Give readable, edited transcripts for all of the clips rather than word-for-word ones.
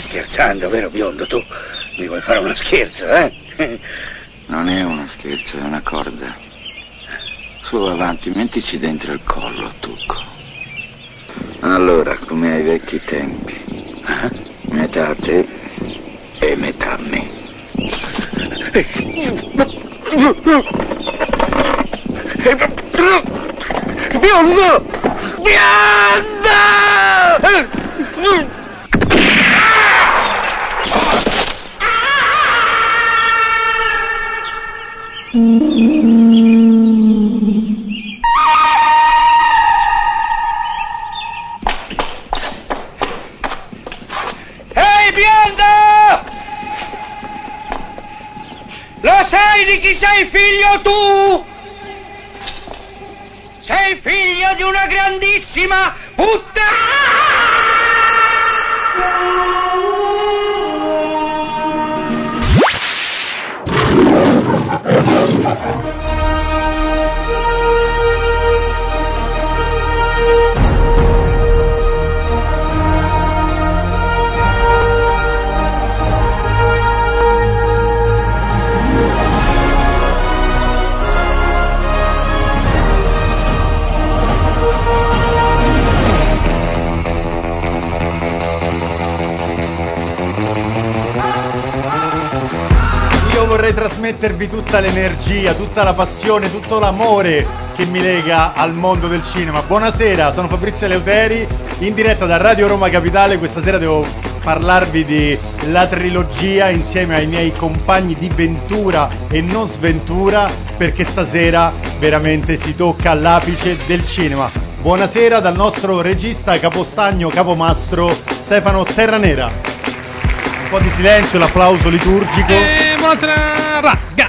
scherzando, vero biondo? Tu mi vuoi fare uno scherzo, eh? Non è uno scherzo, è una corda. Su, avanti, mettici dentro il collo, Tucco. Allora, come ai vecchi tempi. Metà a te e metà a me. Biondo! Biondo! Ehi, biondo! Lo sai di chi sei figlio tu? Sei figlio di una grandissima puttana! Vorrei trasmettervi tutta l'energia, tutta la passione, tutto l'amore che mi lega al mondo del cinema. Buonasera, sono Fabrizio Eleuteri, in diretta da Radio Roma Capitale. Questa sera devo parlarvi di La Trilogia insieme ai miei compagni di ventura e non sventura, perché stasera veramente si tocca l'apice del cinema. Buonasera dal nostro regista capostagno, capomastro Stefano Terranera. Un po' di silenzio, l'applauso liturgico. Buonasera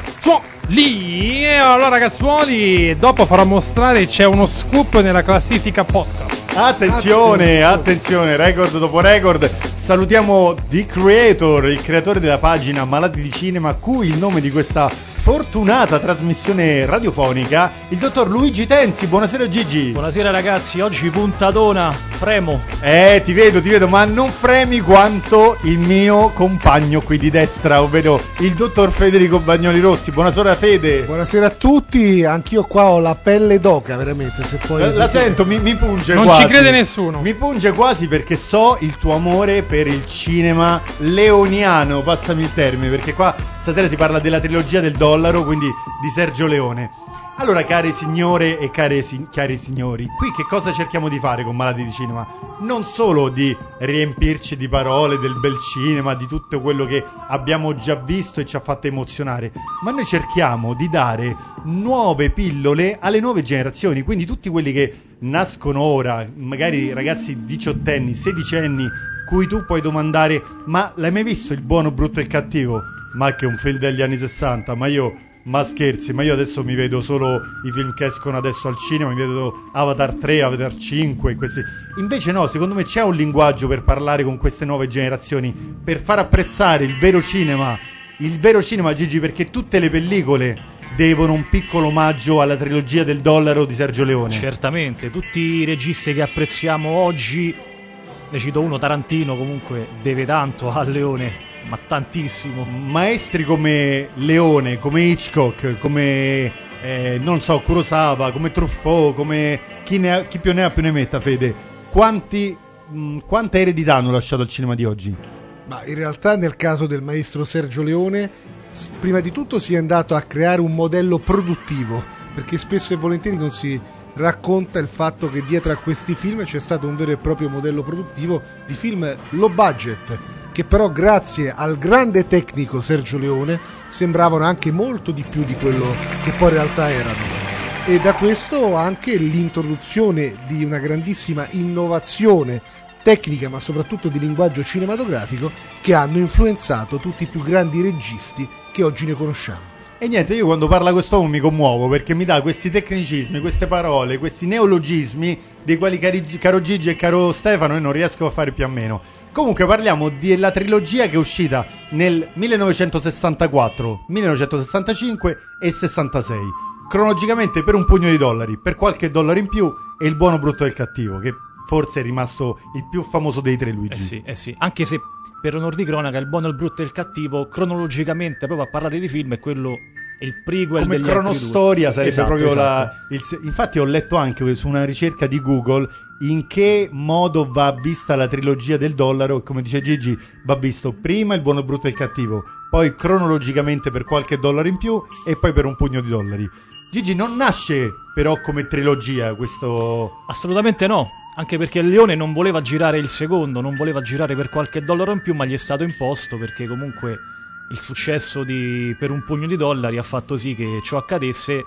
ragazzuoli. E allora ragazzuoli, dopo farò mostrare, c'è uno scoop nella classifica podcast. Attenzione, record dopo record. Salutiamo The Creator, il creatore della pagina Malati di Cinema, a cui il nome di questa fortunata trasmissione radiofonica, il dottor Luigi Tensi. Buonasera Gigi. Buonasera ragazzi, oggi puntatona, fremo. Ti vedo, ma non fremi quanto il mio compagno qui di destra, ovvero il dottor Federico Bagnoli Rossi. Buonasera Fede. Buonasera a tutti, anch'io qua ho la pelle d'oca, veramente, se poi la sento, mi punge non quasi. Non ci crede nessuno. Mi punge quasi, perché so il tuo amore per il cinema leoniano, passami il termine, perché qua stasera si parla della trilogia del dollaro, quindi di Sergio Leone. Allora, care signore e cari signori, qui che cosa cerchiamo di fare con Malati di Cinema? Non solo di riempirci di parole del bel cinema, di tutto quello che abbiamo già visto e ci ha fatto emozionare, ma noi cerchiamo di dare nuove pillole alle nuove generazioni, quindi tutti quelli che nascono ora, magari ragazzi diciottenni, sedicenni, cui tu puoi domandare: ma l'hai mai visto Il buono, brutto e il cattivo? Ma che è un film degli anni 60, ma scherzi, ma io adesso mi vedo solo i film che escono adesso al cinema, mi vedo Avatar 3, Avatar 5, questi. Invece no, secondo me c'è un linguaggio per parlare con queste nuove generazioni, per far apprezzare il vero cinema, Gigi, perché tutte le pellicole devono un piccolo omaggio alla trilogia del dollaro di Sergio Leone. Certamente, tutti i registi che apprezziamo oggi, ne cito uno, Tarantino, comunque deve tanto a Leone, ma tantissimo. Maestri come Leone, come Hitchcock, come non so, Kurosawa, come Truffaut, come chi più ne ha più ne metta, Fede. Quanta eredità hanno lasciato al cinema di oggi? Ma in realtà nel caso del maestro Sergio Leone, prima di tutto si è andato a creare un modello produttivo, perché spesso e volentieri non si racconta il fatto che dietro a questi film c'è stato un vero e proprio modello produttivo di film low budget, che però grazie al grande tecnico Sergio Leone sembravano anche molto di più di quello che poi in realtà erano. E da questo anche l'introduzione di una grandissima innovazione tecnica, ma soprattutto di linguaggio cinematografico, che hanno influenzato tutti i più grandi registi che oggi ne conosciamo. E niente, io quando parla quest'uomo mi commuovo, perché mi dà questi tecnicismi, queste parole, questi neologismi dei quali caro Gigi e caro Stefano io non riesco a fare più a meno. Comunque parliamo della trilogia che è uscita nel 1964, 1965 e 66, cronologicamente per un pugno di dollari, per qualche dollaro in più, e Il buono, brutto e il cattivo, che forse è rimasto il più famoso dei tre Luigi. Sì. Anche se per onor di cronaca il buono, il brutto e il cattivo cronologicamente proprio a parlare di film è quello, il prequel come degli cronostoria altri due. sarebbe proprio infatti ho letto anche su una ricerca di Google in che modo va vista la trilogia del dollaro. Come dice Gigi, va visto prima il buono, il brutto e il cattivo, poi cronologicamente per qualche dollaro in più e poi per un pugno di dollari. Gigi, non nasce però come trilogia questo? Assolutamente no, anche perché il Leone non voleva girare il secondo, non voleva girare per qualche dollaro in più, ma gli è stato imposto perché comunque il successo per un pugno di dollari ha fatto sì che ciò accadesse.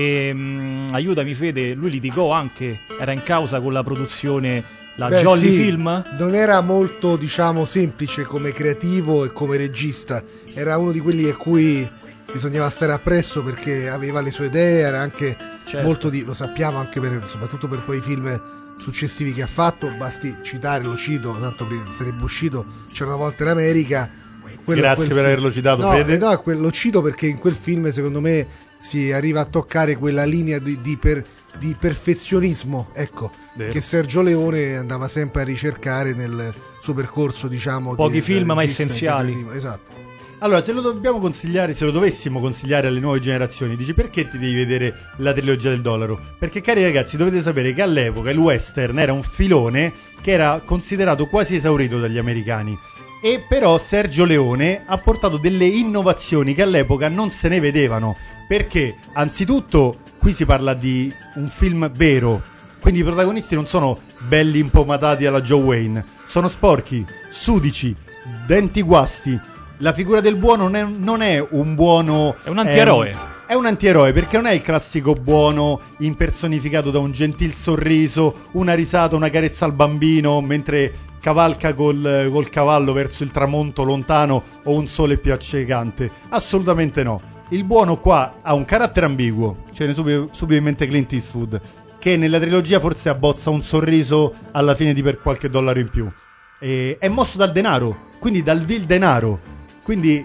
E aiutami Fede, lui litigò anche, era in causa con la produzione, Jolly Film. Non era molto, diciamo, semplice come creativo e come regista, era uno di quelli a cui bisognava stare appresso perché aveva le sue idee, era anche molto lo sappiamo anche soprattutto per quei film successivi che ha fatto, basti citare, lo cito, tanto prima sarebbe uscito C'era una volta in America. Grazie per averlo citato, Fede. No, lo cito perché in quel film secondo me si arriva a toccare quella linea di perfezionismo, ecco, che Sergio Leone andava sempre a ricercare nel suo percorso, diciamo, pochi film ma essenziali. Esatto. Allora, se lo dovessimo consigliare alle nuove generazioni, dici perché ti devi vedere la trilogia del dollaro? Perché, cari ragazzi, dovete sapere che all'epoca il western era un filone che era considerato quasi esaurito dagli americani. E però Sergio Leone ha portato delle innovazioni che all'epoca non se ne vedevano. Perché, anzitutto, qui si parla di un film vero, quindi i protagonisti non sono belli impomatati alla Joe Wayne, sono sporchi, sudici, denti guasti. La figura del buono non è un buono... È un antieroe. È un antieroe perché non è il classico buono impersonificato da un gentil sorriso, una risata, una carezza al bambino mentre cavalca col cavallo verso il tramonto lontano o un sole più accecante. Assolutamente no. Il buono qua ha un carattere ambiguo. Ce ne subito in mente Clint Eastwood, che nella trilogia forse abbozza un sorriso alla fine di per qualche dollaro in più. È mosso dal denaro, quindi dal vil denaro. Quindi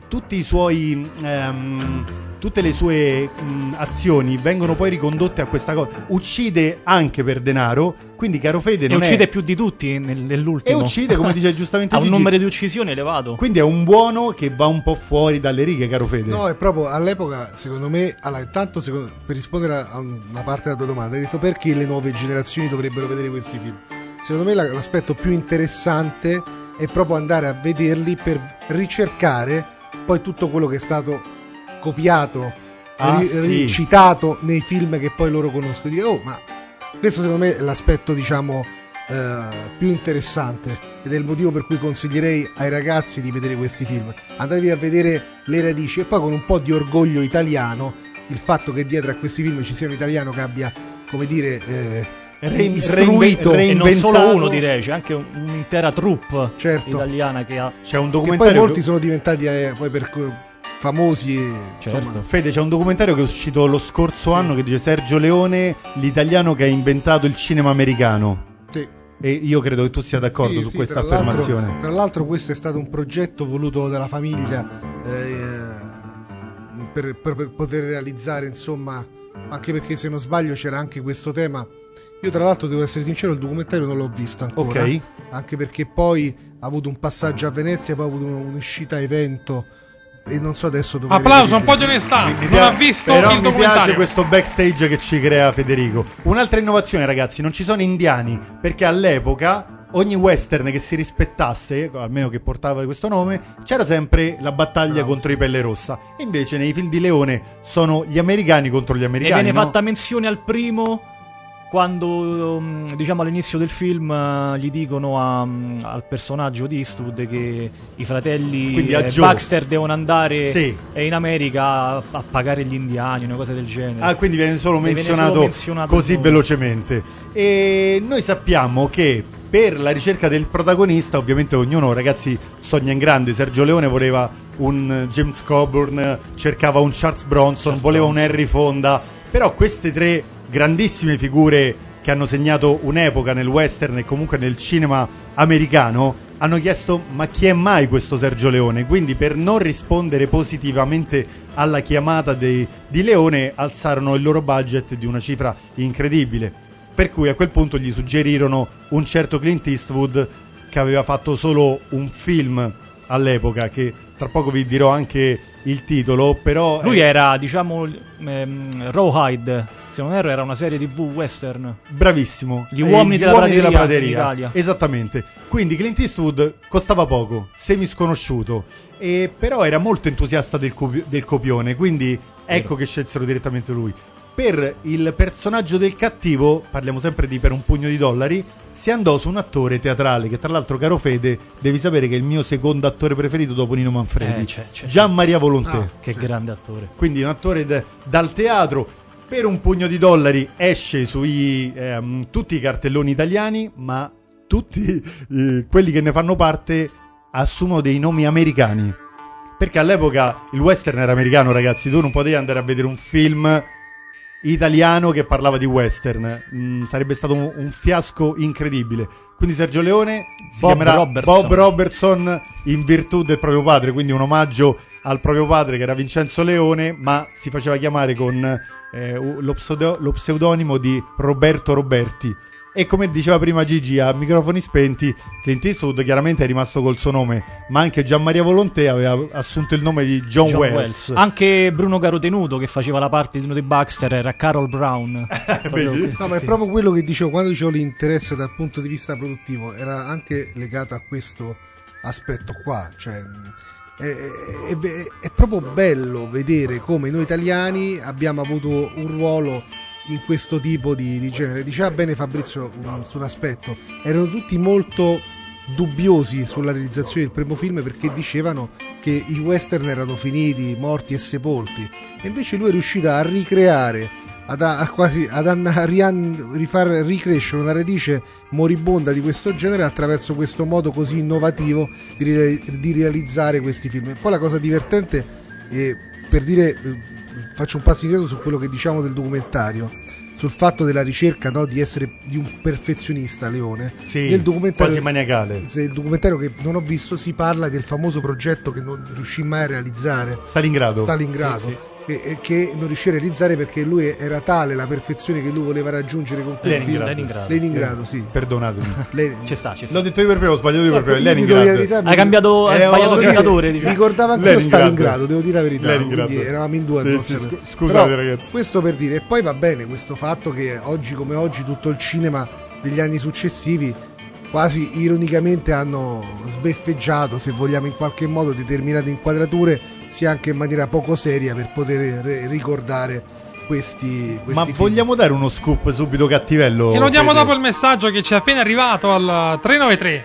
tutte le sue azioni vengono poi ricondotte a questa cosa. Uccide anche per denaro, quindi caro Fede uccide più di tutti nell'ultimo. E uccide, come dice giustamente ha Gigi, un numero di uccisioni elevato. Quindi è un buono che va un po' fuori dalle righe, caro Fede. No, è proprio all'epoca, secondo me. Allora, intanto per rispondere a una parte della tua domanda, hai detto perché le nuove generazioni dovrebbero vedere questi film. Secondo me l'aspetto più interessante è proprio andare a vederli per ricercare poi tutto quello che è stato copiato, citato nei film che poi loro conoscono. Dire, ma questo secondo me è l'aspetto, diciamo, più interessante ed è il motivo per cui consiglierei ai ragazzi di vedere questi film. Andatevi a vedere le radici e poi con un po' di orgoglio italiano, il fatto che dietro a questi film ci sia un italiano che abbia, come dire, istruito, e non solo uno, direi c'è anche un'intera troupe italiana che ha. C'è un documentario che poi molti sono diventati poi famosi, certo. Insomma. Fede, c'è un documentario che è uscito lo scorso anno che dice Sergio Leone, l'italiano che ha inventato il cinema americano. Sì. E io credo che tu sia d'accordo su questa affermazione. Tra l'altro questo è stato un progetto voluto dalla famiglia per poter realizzare, insomma, anche perché se non sbaglio c'era anche questo tema. Io tra l'altro devo essere sincero, il documentario non l'ho visto ancora, ok, anche perché poi ha avuto un passaggio a Venezia, poi ha avuto un'uscita a evento e non so adesso dove. Applauso, un po' di onestà. Non ha visto però il documentario. Mi piace questo backstage che ci crea Federico. Un'altra innovazione, ragazzi, non ci sono indiani, perché all'epoca ogni western che si rispettasse, almeno che portava questo nome, c'era sempre la battaglia contro i Pelle Rossa. Invece nei film di Leone sono gli americani contro gli americani. E viene fatta menzione al primo, quando diciamo all'inizio del film gli dicono al personaggio di Eastwood che i fratelli Baxter devono andare in America a pagare gli indiani, una cosa del genere. Quindi viene solo menzionato così velocemente. E noi sappiamo che per la ricerca del protagonista, ovviamente ognuno, ragazzi, sogna in grande. Sergio Leone voleva un James Coburn, cercava un Charles Bronson, voleva un Henry Fonda, però queste tre grandissime figure che hanno segnato un'epoca nel western e comunque nel cinema americano hanno chiesto: ma chi è mai questo Sergio Leone? Quindi per non rispondere positivamente alla chiamata di Leone alzarono il loro budget di una cifra incredibile. Per cui a quel punto gli suggerirono un certo Clint Eastwood, che aveva fatto solo un film all'epoca, che tra poco vi dirò anche il titolo, però... Lui era, diciamo, Rawhide, se non erro era una serie TV western. Bravissimo. Gli uomini della prateria in Italia. Esattamente. Quindi Clint Eastwood costava poco, semisconosciuto, però era molto entusiasta del copione, quindi ecco che scelsero direttamente lui. Per il personaggio del cattivo, parliamo sempre di Per un pugno di dollari, si andò su un attore teatrale che, tra l'altro, caro Fede, devi sapere che è il mio secondo attore preferito dopo Nino Manfredi, c'è. Gian Maria Volonté. Che grande attore. Quindi un attore dal teatro. Per un pugno di dollari esce sui tutti i cartelloni italiani, ma tutti quelli che ne fanno parte assumono dei nomi americani, perché all'epoca il western era americano, ragazzi. Tu non potevi andare a vedere un film italiano che parlava di western, sarebbe stato un fiasco incredibile. Quindi Sergio Leone si chiamerà Bob Robertson in virtù del proprio padre, quindi un omaggio al proprio padre che era Vincenzo Leone, ma si faceva chiamare con lo pseudonimo di Roberto Roberti. E come diceva prima Gigi, a microfoni spenti, Clint Eastwood chiaramente è rimasto col suo nome, ma anche Gian Maria Volonté aveva assunto il nome di John Wells. Anche Bruno Garotenuto, che faceva la parte di uno dei Baxter, era Carol Brown. No, ma è proprio quello che dicevo quando dicevo l'interesse dal punto di vista produttivo, era anche legato a questo aspetto qua, cioè è proprio bello vedere come noi italiani abbiamo avuto un ruolo in questo tipo di genere. Diceva bene Fabrizio su un aspetto, erano tutti molto dubbiosi sulla realizzazione del primo film, perché dicevano che i western erano finiti, morti e sepolti, e invece lui è riuscito a ricreare, rifar ricrescere una radice moribonda di questo genere attraverso questo modo così innovativo di realizzare questi film. E poi la cosa divertente, per dire, faccio un passo indietro su quello che diciamo del documentario, sul fatto della ricerca, no, di essere di un perfezionista, Leone. Sì, nel documentario, quasi maniacale. Il documentario che non ho visto, si parla del famoso progetto che non riuscì mai a realizzare, Stalingrado. Sì. Che non riuscì a realizzare perché lui era tale la perfezione che lui voleva raggiungere con quel film. Leningrado, sì. Perdonatemi. Ci sta. L'ho detto io per primo, ho sbagliato io per primo. Leningrado. Hai sbagliato dittatore, diciamo. Ricordava anche Stalingrado, devo dire la verità. Quindi eravamo in due. Scusate, ragazzi. Questo per dire, e poi va bene questo fatto che oggi come oggi tutto il cinema degli anni successivi quasi ironicamente hanno sbeffeggiato, se vogliamo in qualche modo, determinate inquadrature, sia anche in maniera poco seria, per poter ricordare questi Ma film. vogliamo dare uno scoop subito cattivello? E lo diamo dopo il messaggio che ci è appena arrivato al 393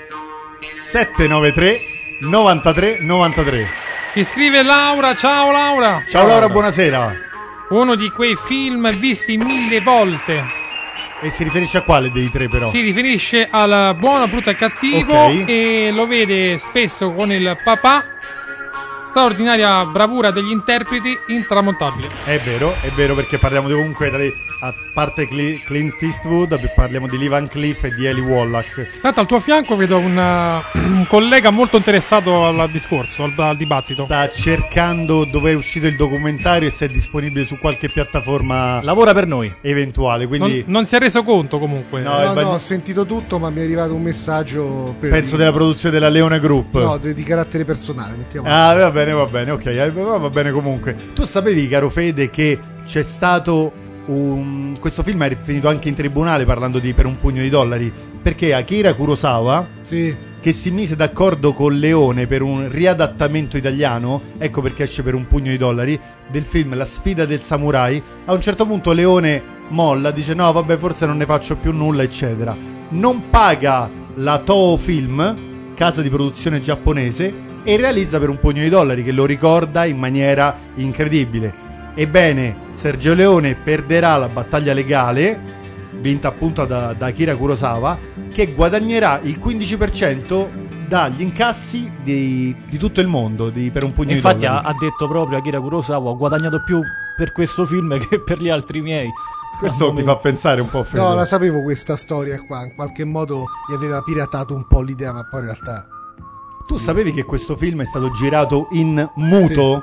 793 93 93. Ci scrive Laura. Ciao Laura. Ciao Laura, buonasera. Uno di quei film visti 1000 volte. E si riferisce a quale dei tre, però? Si riferisce al Buono, Brutto e Cattivo, okay. E lo vede spesso con il papà. Straordinaria bravura degli interpreti, intramontabile. È vero, perché parliamo comunque a parte Clint Eastwood, parliamo di Lee Van Cleef e di Eli Wallach. Tanto al tuo fianco vedo un collega molto interessato al discorso, al dibattito. Sta cercando dove è uscito il documentario e se è disponibile su qualche piattaforma. Lavora per noi. Eventuale, quindi non si è reso conto comunque. No, ho sentito tutto, ma mi è arrivato un messaggio penso della produzione della Leone Group. No, di carattere personale, mettiamo. Ah, va bene, ok, va bene comunque. Tu sapevi, caro Fede, che c'è stato questo film è finito anche in tribunale parlando di Per un pugno di dollari, perché Akira Kurosawa, sì, che si mise d'accordo con Leone per un riadattamento italiano, ecco perché esce Per un pugno di dollari, del film La sfida del samurai. A un certo punto Leone molla, dice no vabbè, forse non ne faccio più nulla, eccetera. Non paga la Toho Film, casa di produzione giapponese, e realizza Per un pugno di dollari, che lo ricorda in maniera incredibile. Ebbene, Sergio Leone perderà la battaglia legale, vinta appunto da Akira Kurosawa, che guadagnerà il 15% dagli incassi di tutto il mondo Per un pugno di dollari. Infatti ha detto proprio Akira Kurosawa: ho guadagnato più per questo film che per gli altri miei. Questo ti fa pensare un po', Fede. No, la sapevo questa storia qua, in qualche modo gli aveva piratato un po' l'idea, ma poi in realtà... Tu sapevi che questo film è stato girato in muto?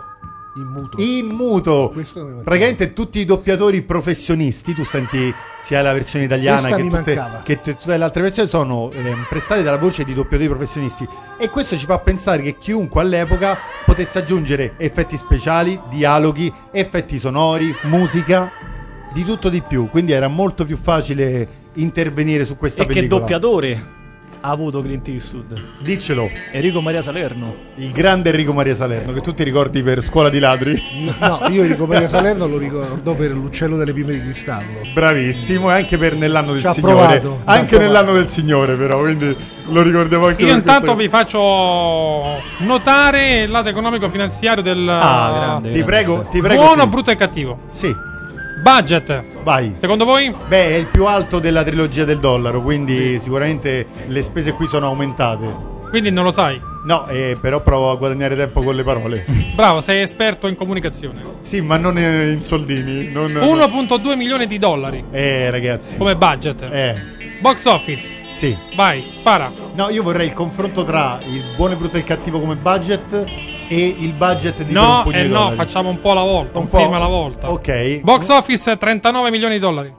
In muto. Questo mi mancava. Praticamente tutti i doppiatori professionisti, tu senti sia la versione italiana che tutte le altre versioni sono prestate dalla voce di doppiatori professionisti, e questo ci fa pensare che chiunque all'epoca potesse aggiungere effetti speciali, dialoghi, effetti sonori, musica, di tutto di più, quindi era molto più facile intervenire su questa pellicola. E che doppiatore ha avuto Clint Eastwood? Diccelo. Enrico Maria Salerno. Il grande Enrico Maria Salerno, che tu ti ricordi per Scuola di Ladri. No, io Enrico Maria Salerno lo ricordo per L'Uccello delle Piume di Cristallo. Bravissimo, e anche per Nell'anno del Ci ha Signore. provato. Anche Nell'anno del Signore, però, quindi lo ricordiamo anche. Io per intanto questo. vi faccio notare il lato economico-finanziario del grande. Ti prego. buono, Sì. brutto e cattivo. Sì, Budget, vai. secondo voi? Beh, è il più alto della trilogia del dollaro, quindi sicuramente le spese qui sono aumentate. Quindi non lo sai. No, però provo a guadagnare tempo con le parole. Bravo, sei esperto in comunicazione. Sì, ma non in soldini. 1,2 milioni di dollari Ragazzi. come budget. Box office, Sì. vai, spara. No, io vorrei il confronto tra il buono, il brutto e il cattivo come budget e il budget di Per un No, pugno di no, dollari. facciamo un po' alla volta, un po'. film alla volta. Ok. Box office 39 milioni di dollari.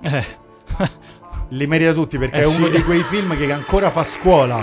Li merita tutti perché è sì. uno di quei film che ancora fa scuola.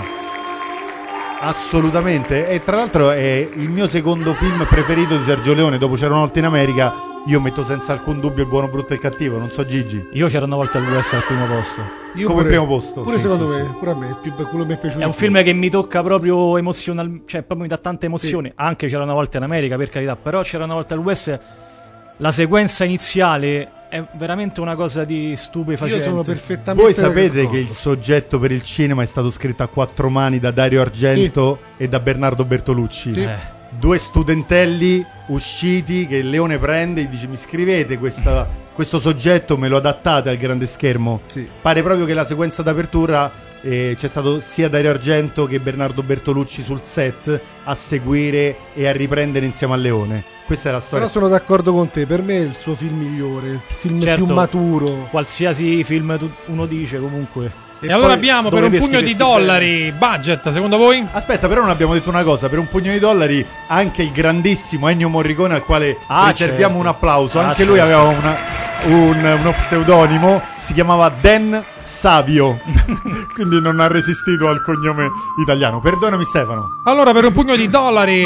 Assolutamente. E tra l'altro è il mio secondo film preferito di Sergio Leone. Dopo C'era una volta in America, io metto senza alcun dubbio il buono, brutto e il cattivo. Non so Gigi. Io c'era una volta all'US al primo posto. Io Come primo posto. Pure Sì, secondo sì, me, sì. pure a me, quello mi è piaciuto. È un di film più. che mi tocca proprio emozionalmente, cioè proprio mi dà tanta emozione. Anche C'era una volta in America, per carità, però C'era una volta all'US, la sequenza iniziale è veramente una cosa di stupefacente. Io sono perfettamente Voi sapete d'accordo. che il soggetto per il cinema è stato scritto a quattro mani da Dario Argento e da Bernardo Bertolucci? Sì. Due studentelli usciti che il Leone prende e dice: mi scrivete questo soggetto, me lo adattate al grande schermo. Sì. Pare proprio che la sequenza d'apertura c'è stato sia Dario Argento che Bernardo Bertolucci sul set a seguire e a riprendere insieme al Leone. Questa è la storia. Però sono d'accordo con te, per me è il suo film migliore, il film Certo. più maturo. Qualsiasi film uno dice comunque. E allora poi abbiamo per dove un peschi, pugno di peschi dollari budget, secondo voi? Aspetta, però non abbiamo detto una cosa: per un pugno di dollari anche il grandissimo Ennio Morricone, al quale riserviamo certo. un applauso. Anche certo. lui aveva uno pseudonimo, si chiamava Dan Savio. Quindi non ha resistito al cognome italiano. Perdonami Stefano. Allora per un pugno di dollari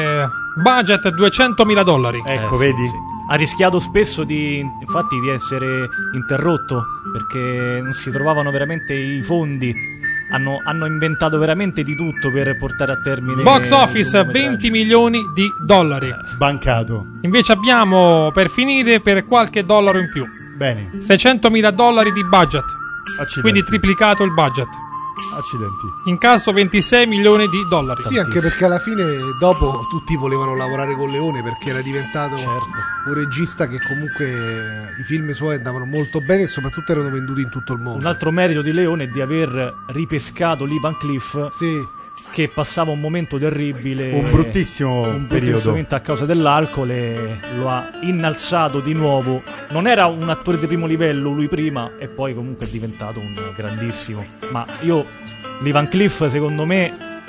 budget 200.000 dollari. Ecco, Sì, vedi? sì. Ha rischiato spesso infatti di essere interrotto perché non si trovavano veramente i fondi. Hanno inventato veramente di tutto per portare a termine Box il office lungometraggio. 20 milioni di dollari. Sbancato. Invece abbiamo, per finire, per qualche dollaro in più, Bene. 600.000 dollari di budget. Accidenti. Quindi triplicato il budget. Accidenti. Incasso 26 milioni di dollari. Sì, anche perché alla fine dopo tutti volevano lavorare con Leone perché era diventato Certo. un regista che comunque i film suoi andavano molto bene e soprattutto erano venduti in tutto il mondo. Un altro merito di Leone è di aver ripescato Lee Van Cleef, Sì, che passava un momento terribile, Un bruttissimo periodo. momento a causa dell'alcol, e lo ha innalzato di nuovo. Non era un attore di primo livello lui prima, e poi comunque è diventato un grandissimo. Ma Lee Van Cleef, secondo me,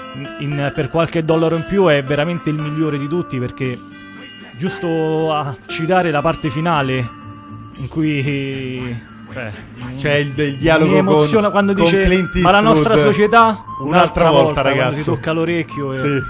per qualche dollaro in più è veramente il migliore di tutti, perché giusto a citare la parte finale in cui C'è il mi dialogo emoziona con, quando con dice: Clint ma la nostra Eastwood. società Un'altra volta, quando ragazzo. si tocca l'orecchio e Sì.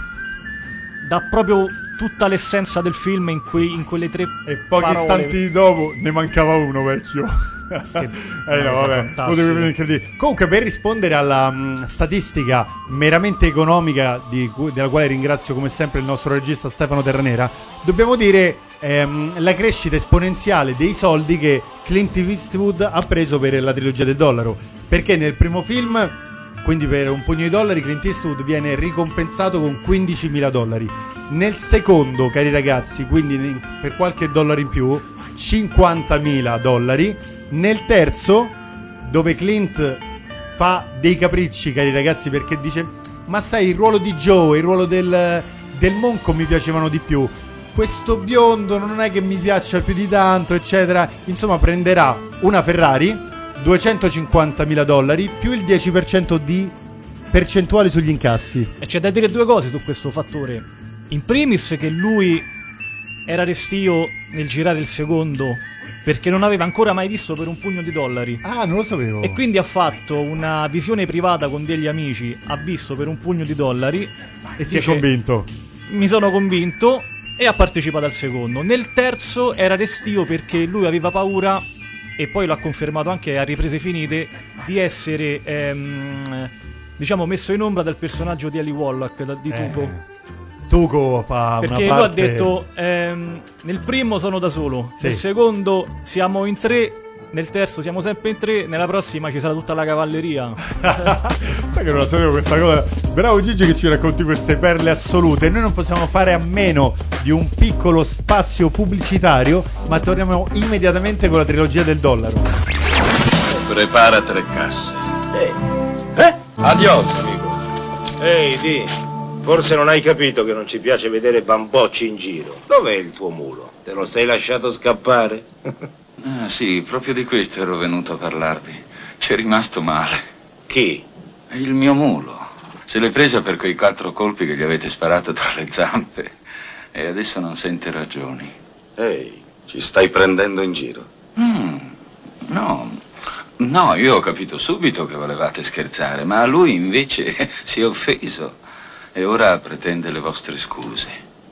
dà proprio tutta l'essenza del film in quelle tre E pochi parole. istanti dopo ne mancava uno, vecchio. No, cosa vabbè, fantastica. potevo vedere incredibile. Comunque, per rispondere alla statistica meramente economica della quale ringrazio come sempre il nostro regista Stefano Terranera, dobbiamo dire la crescita esponenziale dei soldi che Clint Eastwood ha preso per la trilogia del dollaro, perché nel primo film, quindi per un pugno di dollari, Clint Eastwood viene ricompensato con 15.000 dollari. Nel secondo, cari ragazzi, quindi per qualche dollaro in più, 50.000 dollari. Nel terzo, dove Clint fa dei capricci, cari ragazzi, perché dice: ma sai, il ruolo di Joe e il ruolo del monco mi piacevano di più, questo biondo non è che mi piaccia più di tanto, eccetera. Insomma, prenderà una Ferrari, 250.000 dollari più il 10% di percentuale sugli incassi. E c'è da dire due cose su questo fattore. In primis, che lui era restio nel girare il secondo perché non aveva ancora mai visto Per un pugno di dollari. Ah, non lo sapevo. E quindi ha fatto una visione privata con degli amici, ha visto Per un pugno di dollari E si è convinto. Mi sono convinto e ha partecipato al secondo. Nel terzo era restio perché lui aveva paura, e poi l'ha confermato anche a riprese finite, di essere diciamo messo in ombra dal personaggio di Ali Wallach, di Tuco. Tuco fa perché una parte... lui ha detto nel primo sono da solo, Sì. nel secondo siamo in 3, nel terzo siamo sempre in 3, nella prossima ci sarà tutta la cavalleria. Sai che non la sapevo questa cosa. Bravo Gigi che ci racconti queste perle assolute. Noi non possiamo fare a meno di un piccolo spazio pubblicitario, ma torniamo immediatamente con la trilogia del dollaro. Prepara 3 casse. Adios, amico. Ehi, Di, forse non hai capito che non ci piace vedere bambocci in giro. Dov'è il tuo mulo? Te lo sei lasciato scappare? Ah, sì, proprio di questo ero venuto a parlarvi. C'è rimasto male. Chi? Il mio mulo. Se l'è presa per quei 4 colpi che gli avete sparato tra le zampe. E adesso non sente ragioni. Ehi, ci stai prendendo in giro? No, io ho capito subito che volevate scherzare, ma lui invece si è offeso. E ora pretende le vostre scuse.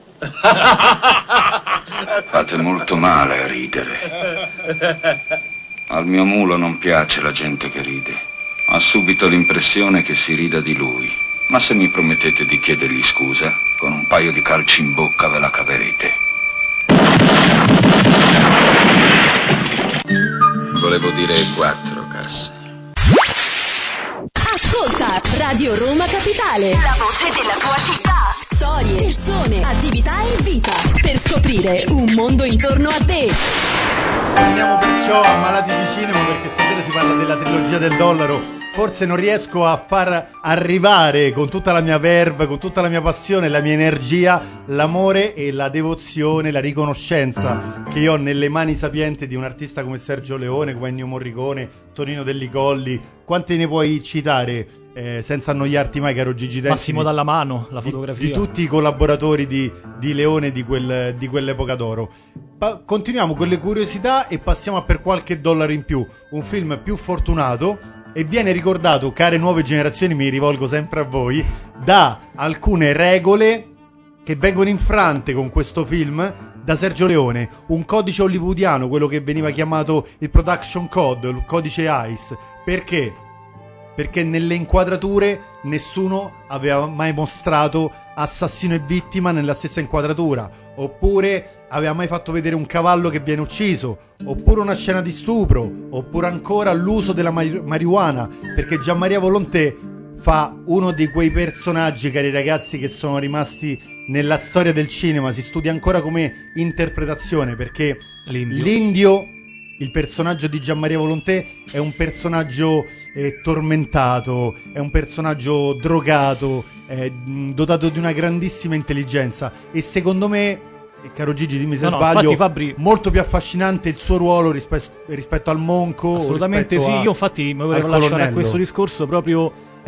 Fate molto male a ridere. Al mio mulo non piace la gente che ride. Ha subito l'impressione che si rida di lui. Ma se mi promettete di chiedergli scusa, con un paio di calci in bocca ve la caverete. Volevo dire 4 casse. Ascolta Radio Roma Capitale, la voce della tua città. Storie, persone, attività e vita, per scoprire un mondo intorno a te. Andiamo perciò a Malati di Cinema, perché stasera si parla della trilogia del dollaro. Forse non riesco a far arrivare con tutta la mia verve, con tutta la mia passione, la mia energia, l'amore e la devozione, la riconoscenza che io ho nelle mani sapienti di un artista come Sergio Leone, come Ennio Morricone, Tonino Delli Colli. Quanti ne puoi citare senza annoiarti mai, caro Gigi Densi? Massimo Dalla Mano, la fotografia. Di tutti i collaboratori di Leone di quell'epoca d'oro. Continuiamo con le curiosità e passiamo a Per qualche dollaro in più, un film più fortunato. E viene ricordato, care nuove generazioni, mi rivolgo sempre a voi, da alcune regole che vengono infrante con questo film da Sergio Leone. Un codice hollywoodiano, quello che veniva chiamato il production code, il codice ICE. Perché? Perché nelle inquadrature nessuno aveva mai mostrato assassino e vittima nella stessa inquadratura, oppure aveva mai fatto vedere un cavallo che viene ucciso, oppure una scena di stupro, oppure ancora l'uso della marijuana, perché Gianmaria Volonté fa uno di quei personaggi, cari ragazzi, che sono rimasti nella storia del cinema. Si studia ancora come interpretazione, perché l'Indio, il personaggio di Gianmaria Volonté, è un personaggio tormentato, è un personaggio drogato, dotato di una grandissima intelligenza, e secondo me, caro Gigi, dimmi se sbaglio, infatti, Fabri, molto più affascinante il suo ruolo rispetto al monco. Assolutamente sì, io infatti mi volevo lasciare a questo discorso proprio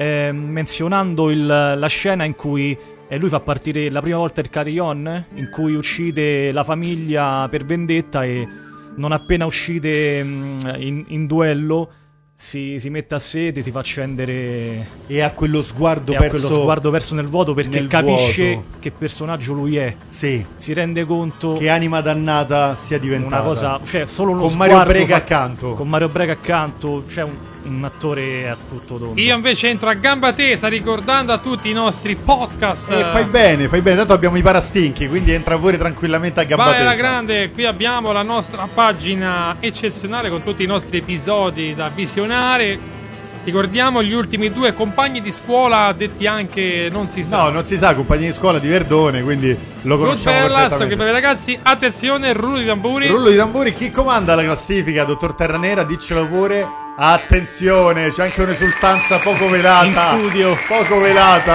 menzionando la scena in cui lui fa partire la prima volta il carillon, in cui uccide la famiglia per vendetta, e non appena uscite in duello si mette a sede, si fa accendere e ha quello sguardo verso nel vuoto, perché nel capisce vuoto che personaggio lui è. Sì. Si rende conto che anima dannata sia diventata. Una cosa, cioè solo uno con sguardo Mario Brega accanto. Con Mario Brega accanto, cioè un attore a tutto tondo. Io invece entro a gamba tesa ricordando a tutti i nostri podcast. E fai bene, tanto abbiamo i parastinchi, quindi entra pure tranquillamente a gamba tesa. Vai alla grande, qui abbiamo la nostra pagina eccezionale con tutti i nostri episodi da visionare. Ricordiamo gli ultimi 2 compagni di scuola, detti anche non si sa. No, non si sa, compagni di scuola di Verdone, quindi lo conosciamo perfettamente. Che bravi ragazzi, attenzione, rullo di tamburi. Rullo di tamburi, chi comanda la classifica, dottor Terranera? Diccelo pure. Attenzione, c'è anche un'esultanza poco velata. In studio. Poco velata.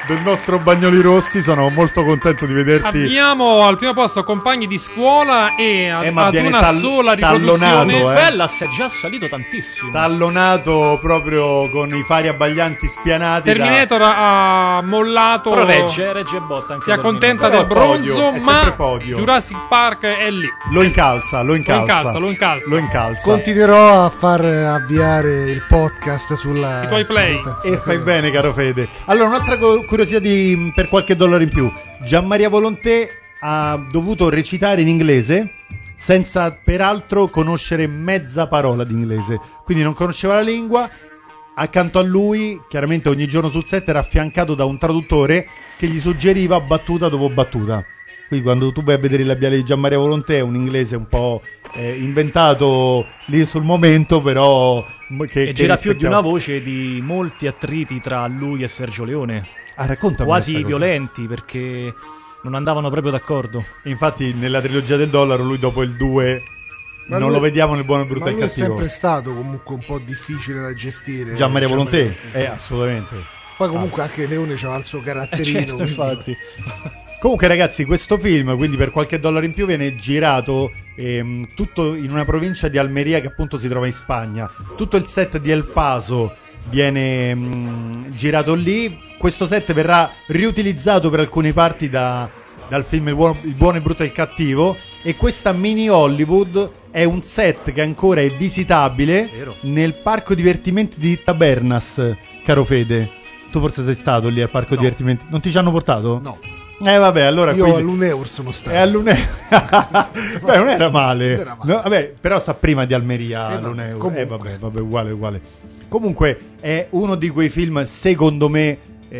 del nostro Bagnoli Rossi. Sono molto contento di vederti. Abbiamo al primo posto Compagni di scuola e ad viene una sola riproduzione. tallonato, Fellas è già salito tantissimo. Tallonato proprio con i fari abbaglianti spianati. Terminator ha mollato. Però regge botta anche si accontenta Però del bronzo, podio, è ma sempre podio. Jurassic Park è lì. Lo incalza. Continuerò a far avviare il podcast sulla I tuoi play. E fai bene, caro Fede. Allora, un'altra curiosità per qualche dollaro in più. Gianmaria Volonté ha dovuto recitare in inglese senza peraltro conoscere mezza parola di inglese, quindi non conosceva la lingua. Accanto a lui, chiaramente ogni giorno sul set, era affiancato da un traduttore che gli suggeriva battuta dopo battuta. Quindi quando tu vai a vedere il labiale di Gianmaria Volonté è un inglese un po' inventato lì sul momento, però che gira più di una voce di molti attriti tra lui e Sergio Leone. Raccontami quasi violenti, perché non andavano proprio d'accordo. Infatti nella trilogia del dollaro lui dopo il 2 non lo vediamo nel buono, il brutto e il cattivo. Ma lui è sempre stato comunque un po' difficile da gestire. Gianmaria Volonté? Sì. Assolutamente. Poi comunque anche Leone c'aveva il suo caratterino. Certo, infatti. Comunque ragazzi, questo film, quindi per qualche dollaro in più, viene girato tutto in una provincia di Almeria che appunto si trova in Spagna. Tutto il set di El Paso viene girato lì. Questo set verrà riutilizzato per alcune parti dal film il buono, il brutto e il cattivo. E questa mini Hollywood è un set che ancora è visitabile nel parco divertimenti di Tabernas, caro Fede. Tu forse sei stato lì al parco divertimenti? Non ti ci hanno portato? No. Vabbè, allora io all'Uneur sono stato. Beh, non era male. No, vabbè, però sta prima di Almeria all'Uneur. Vabbè, uguale. Comunque è uno di quei film, secondo me,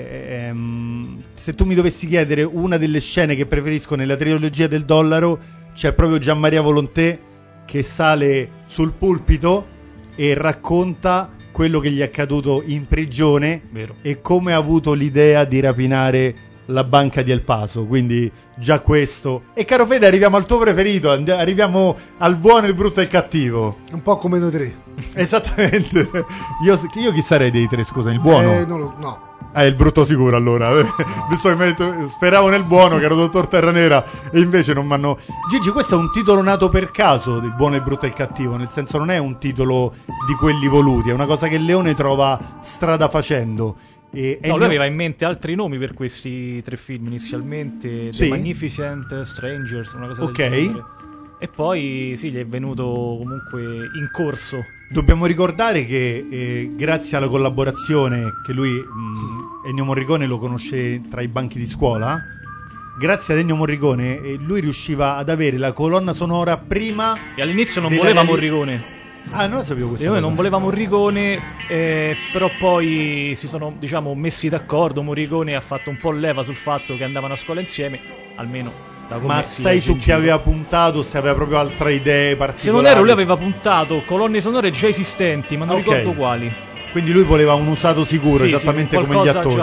se tu mi dovessi chiedere una delle scene che preferisco nella trilogia del dollaro, c'è proprio Gianmaria Volonté che sale sul pulpito e racconta quello che gli è accaduto in prigione. Vero. E come ha avuto l'idea di rapinare la banca di El Paso. Quindi già questo. E caro Fede, arriviamo al tuo preferito, arriviamo al buono, il brutto e il cattivo. Un po' come noi tre. Esattamente. Io chi sarei dei tre, scusa? Il buono? No. È il brutto sicuro, allora. No. Speravo nel buono, che ero Dottor Terranera, e invece non mi hanno... Gigi, questo è un titolo nato per caso, il buono, il brutto e il cattivo. Nel senso, non è un titolo di quelli voluti, è una cosa che Leone trova strada facendo. Lui aveva in mente altri nomi per questi tre film inizialmente. The Magnificent Strangers, una cosa del genere. E poi gli è venuto comunque in corso. Dobbiamo ricordare che grazie alla collaborazione che lui, Ennio Morricone lo conosce tra i banchi di scuola, grazie ad Ennio Morricone lui riusciva ad avere la colonna sonora prima. E all'inizio non voleva Morricone. Non lo sapevo questo. Non voleva Morricone, però poi si sono, messi d'accordo. Morricone ha fatto un po' leva sul fatto che andavano a scuola insieme, almeno da come Ma sai su chi aveva puntato? Se aveva proprio altre idee particolari? Se non erro, lui aveva puntato colonne sonore già esistenti, ma non ricordo quali. Quindi lui voleva un usato sicuro, esattamente come gli attori.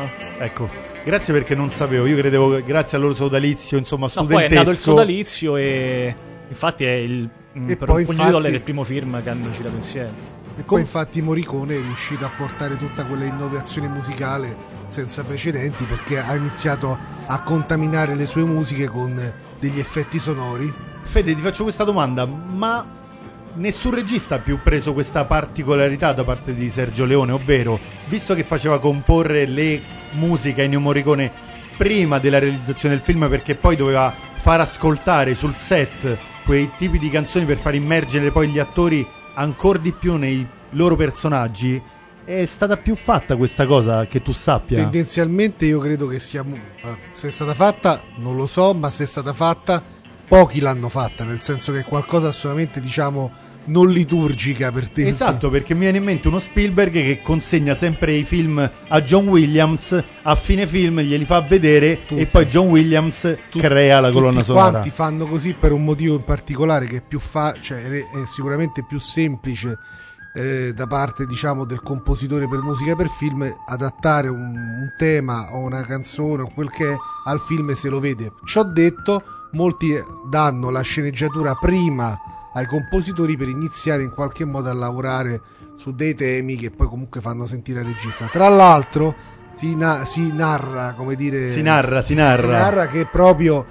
Ecco. Grazie, perché non sapevo. Io credevo, grazie al loro sodalizio, insomma, studentesco. Poi è nato il sodalizio e infatti è per un pugno di dollari il primo film che hanno girato insieme. E poi infatti Morricone è riuscito a portare tutta quella innovazione musicale senza precedenti, perché ha iniziato a contaminare le sue musiche con degli effetti sonori. Fede, ti faccio questa domanda, ma nessun regista ha più preso questa particolarità da parte di Sergio Leone, ovvero, visto che faceva comporre le musiche a Ennio Morricone prima della realizzazione del film, perché poi doveva far ascoltare sul set quei tipi di canzoni per far immergere poi gli attori ancora di più nei loro personaggi, è stata più fatta questa cosa, che tu sappia? Tendenzialmente io credo che sia, se è stata fatta non lo so, ma se è stata fatta pochi l'hanno fatta, nel senso che è qualcosa assolutamente non liturgica per te. Esatto, perché mi viene in mente uno Spielberg che consegna sempre i film a John Williams, a fine film glieli fa vedere e poi John Williams crea la colonna sonora. Quanti fanno così per un motivo in particolare, che è più è sicuramente più semplice da parte del compositore per musica per film adattare un tema o una canzone o quel che è al film, se lo vede. Ciò detto, molti danno la sceneggiatura prima ai compositori per iniziare in qualche modo a lavorare su dei temi che poi comunque fanno sentire il regista. Tra l'altro, si narra, come dire, si narra che proprio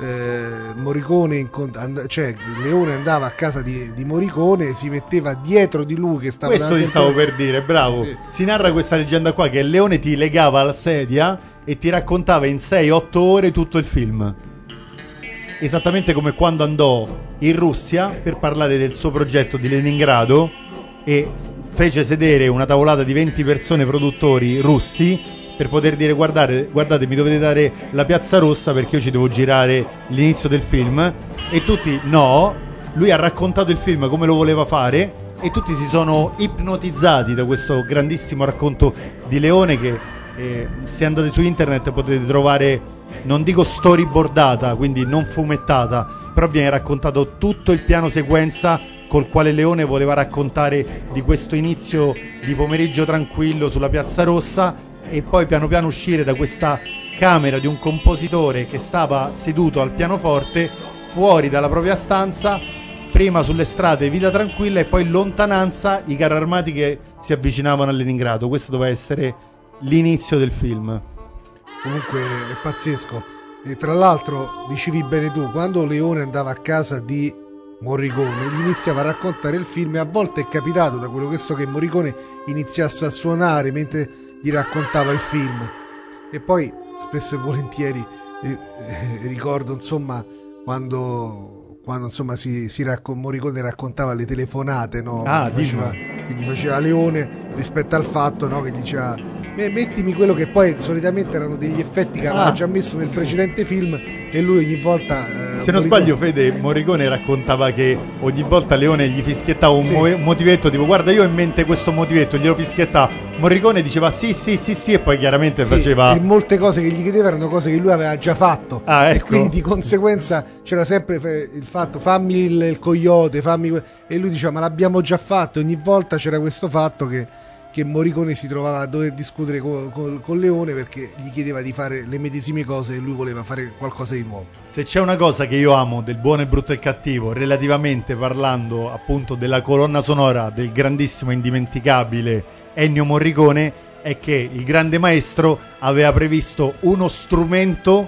Morricone cioè Leone andava a casa di Morricone, si metteva dietro di lui che stava, questo ti stavo per dire, bravo. Sì. Si narra questa leggenda qua, che Leone ti legava alla sedia e ti raccontava in 6-8 ore tutto il film, esattamente come quando andò in Russia per parlare del suo progetto di Leningrado e fece sedere una tavolata di 20 persone, produttori russi, per poter dire guardate, mi dovete dare la Piazza Rossa perché io ci devo girare l'inizio del film. E tutti no, lui ha raccontato il film come lo voleva fare e tutti si sono ipnotizzati da questo grandissimo racconto di Leone che se andate su internet potete trovare, non dico storyboardata, quindi non fumettata, però viene raccontato tutto il piano sequenza col quale Leone voleva raccontare di questo inizio di pomeriggio tranquillo sulla Piazza Rossa e poi piano piano uscire da questa camera di un compositore che stava seduto al pianoforte fuori dalla propria stanza, prima sulle strade vita tranquilla e poi in lontananza i carri armati che si avvicinavano a Leningrado. Questo doveva essere l'inizio del film. Comunque è pazzesco. E tra l'altro dicevi bene tu, quando Leone andava a casa di Morricone gli iniziava a raccontare il film e a volte è capitato, da quello che so, che Morricone iniziasse a suonare mentre gli raccontava il film. E poi spesso e volentieri ricordo insomma quando insomma Morricone raccontava le telefonate, no? Che gli faceva Leone rispetto al fatto, no? Che gli diceva mettimi quello, che poi solitamente erano degli effetti che aveva già messo nel precedente film e lui ogni volta se non sbaglio, Fede, Morricone raccontava che ogni volta Leone gli fischiettava un motivetto, tipo guarda io ho in mente questo motivetto, glielo fischiettava, Morricone diceva sì e poi chiaramente faceva, e molte cose che gli chiedeva erano cose che lui aveva già fatto, ecco. E quindi di conseguenza c'era sempre il fatto fammi il coyote, e lui diceva ma l'abbiamo già fatto, e ogni volta c'era questo fatto che Morricone si trovava a dover discutere con Leone perché gli chiedeva di fare le medesime cose e lui voleva fare qualcosa di nuovo. Se c'è una cosa che io amo del Buono, il Brutto e il Cattivo, relativamente parlando appunto della colonna sonora del grandissimo e indimenticabile Ennio Morricone, è che il grande maestro aveva previsto uno strumento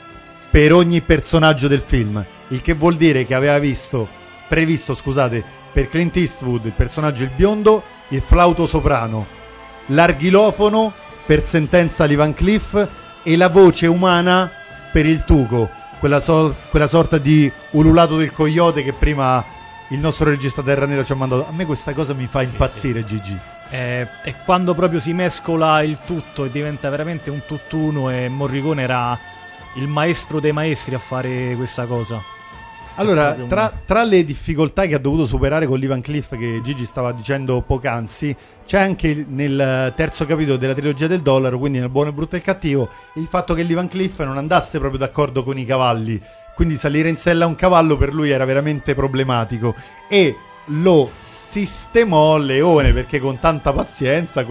per ogni personaggio del film, il che vuol dire che aveva previsto per Clint Eastwood il personaggio il biondo, il flauto soprano, l'arghilofono per Sentenza di Van Cleef e la voce umana per il Tuco, quella sorta di ululato del coyote che prima il nostro regista Terra Nera ci ha mandato. A me questa cosa mi fa impazzire, Gigi. E quando proprio si mescola il tutto e diventa veramente un tutt'uno, e Morricone era il maestro dei maestri a fare questa cosa. Allora, tra le difficoltà che ha dovuto superare con Lee Van Cleef, che Gigi stava dicendo poc'anzi, c'è anche nel terzo capitolo della trilogia del dollaro, quindi nel Buono, il Brutto e il Cattivo, il fatto che Lee Van Cleef non andasse proprio d'accordo con i cavalli, quindi salire in sella a un cavallo per lui era veramente problematico, e lo sistemò Leone, perché con tanta pazienza,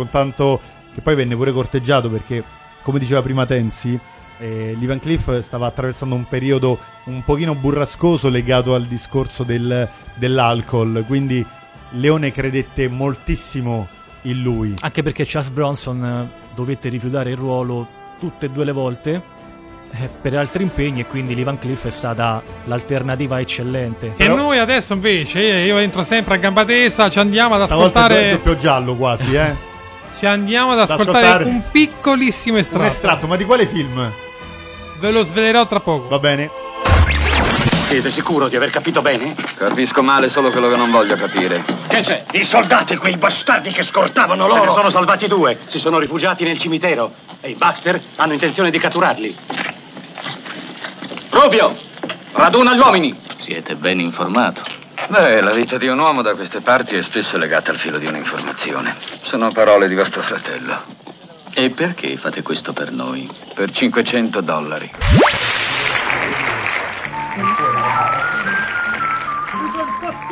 che poi venne pure corteggiato, perché come diceva prima Tenzi, Lee Van Cleef stava attraversando un periodo un pochino burrascoso legato al discorso dell'alcol, quindi Leone credette moltissimo in lui, anche perché Charles Bronson dovette rifiutare il ruolo tutte e due le volte per altri impegni, e quindi Lee Van Cleef è stata l'alternativa eccellente. E noi adesso invece io entro sempre a gamba tesa, ci andiamo ad ascoltare il doppio giallo quasi, ci andiamo ad ascoltare un piccolissimo estratto. Un estratto, ma di quale film? Ve lo svelerò tra poco. Va bene. Siete sicuro di aver capito bene? Capisco male solo quello che non voglio capire. Che c'è? I soldati, quei bastardi che scortavano loro. Se ne sono salvati 2. Si sono rifugiati nel cimitero. E i Baxter hanno intenzione di catturarli. Rubio, raduna gli uomini. Siete ben informato. Beh, la vita di un uomo da queste parti è spesso legata al filo di un'informazione. Sono parole di vostro fratello. E perché fate questo per noi? Per $500. Mi fa impazzire questo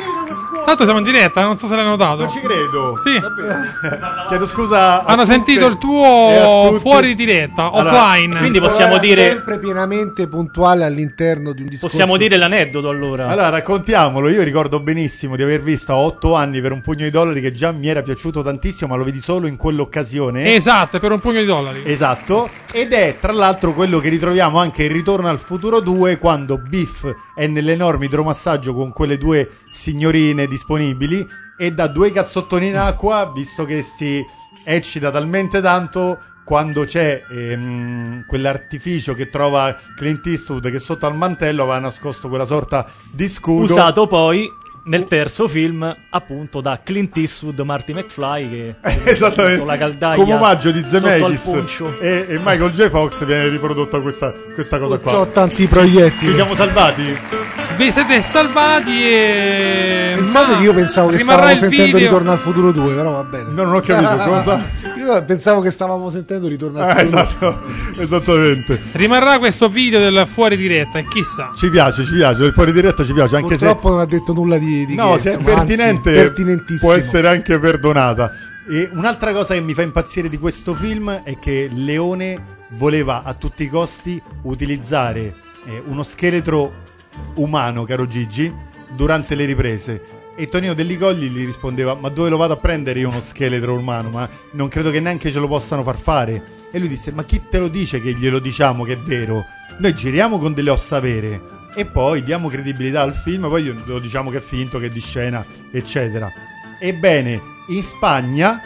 Tanto siamo in diretta, non so se l'hai notato. Non ci credo. Sì. Chiedo scusa. Hanno sentito il tuo fuori diretta, offline. Quindi possiamo dire sempre pienamente puntuale all'interno di un discorso. Possiamo dire l'aneddoto allora. Allora raccontiamolo. Io ricordo benissimo di aver visto a 8 anni Per un pugno di dollari, che già mi era piaciuto tantissimo, ma lo vedi solo in quell'occasione. Esatto, Per un pugno di dollari. Esatto. Ed è tra l'altro quello che ritroviamo anche in Ritorno al futuro 2, quando Biff è nell'enorme idromassaggio con quelle due signorine disponibili e dà 2 cazzottoni in acqua, visto che si eccita talmente tanto quando c'è quell'artificio che trova Clint Eastwood, che sotto al mantello aveva nascosto quella sorta di scudo usato poi nel terzo film appunto da Clint Eastwood, Marty McFly, che esattamente la caldaia come omaggio di sotto al Zemeckis poncio. e Michael J. Fox viene riprodotta questa cosa qua. C'ho tanti proiettili. Ci siamo salvati? Vi siete salvati e... Pensate che io pensavo che rimarrà stavamo il sentendo video. Ritorno al futuro 2, però va bene. No, non ho capito cosa. Io pensavo che stavamo sentendo Ritorno al futuro 2. Esatto, esattamente. Rimarrà questo video del fuori diretta e chissà. Ci piace, il fuori diretta ci piace, anche Purtroppo non ha detto nulla di no, che, se è insomma, pertinente, anzi, pertinentissimo. può essere anche perdonata. E un'altra cosa che mi fa impazzire di questo film è che Leone voleva a tutti i costi utilizzare uno scheletro umano, caro Gigi, durante le riprese. E Tonino Dellicogli gli rispondeva: ma dove lo vado a prendere io uno scheletro umano? Ma non credo che neanche ce lo possano far fare. E lui disse: ma chi te lo dice che glielo diciamo che è vero? Noi giriamo con delle ossa vere e poi diamo credibilità al film, poi lo diciamo che è finto, che è di scena, eccetera. Ebbene, in Spagna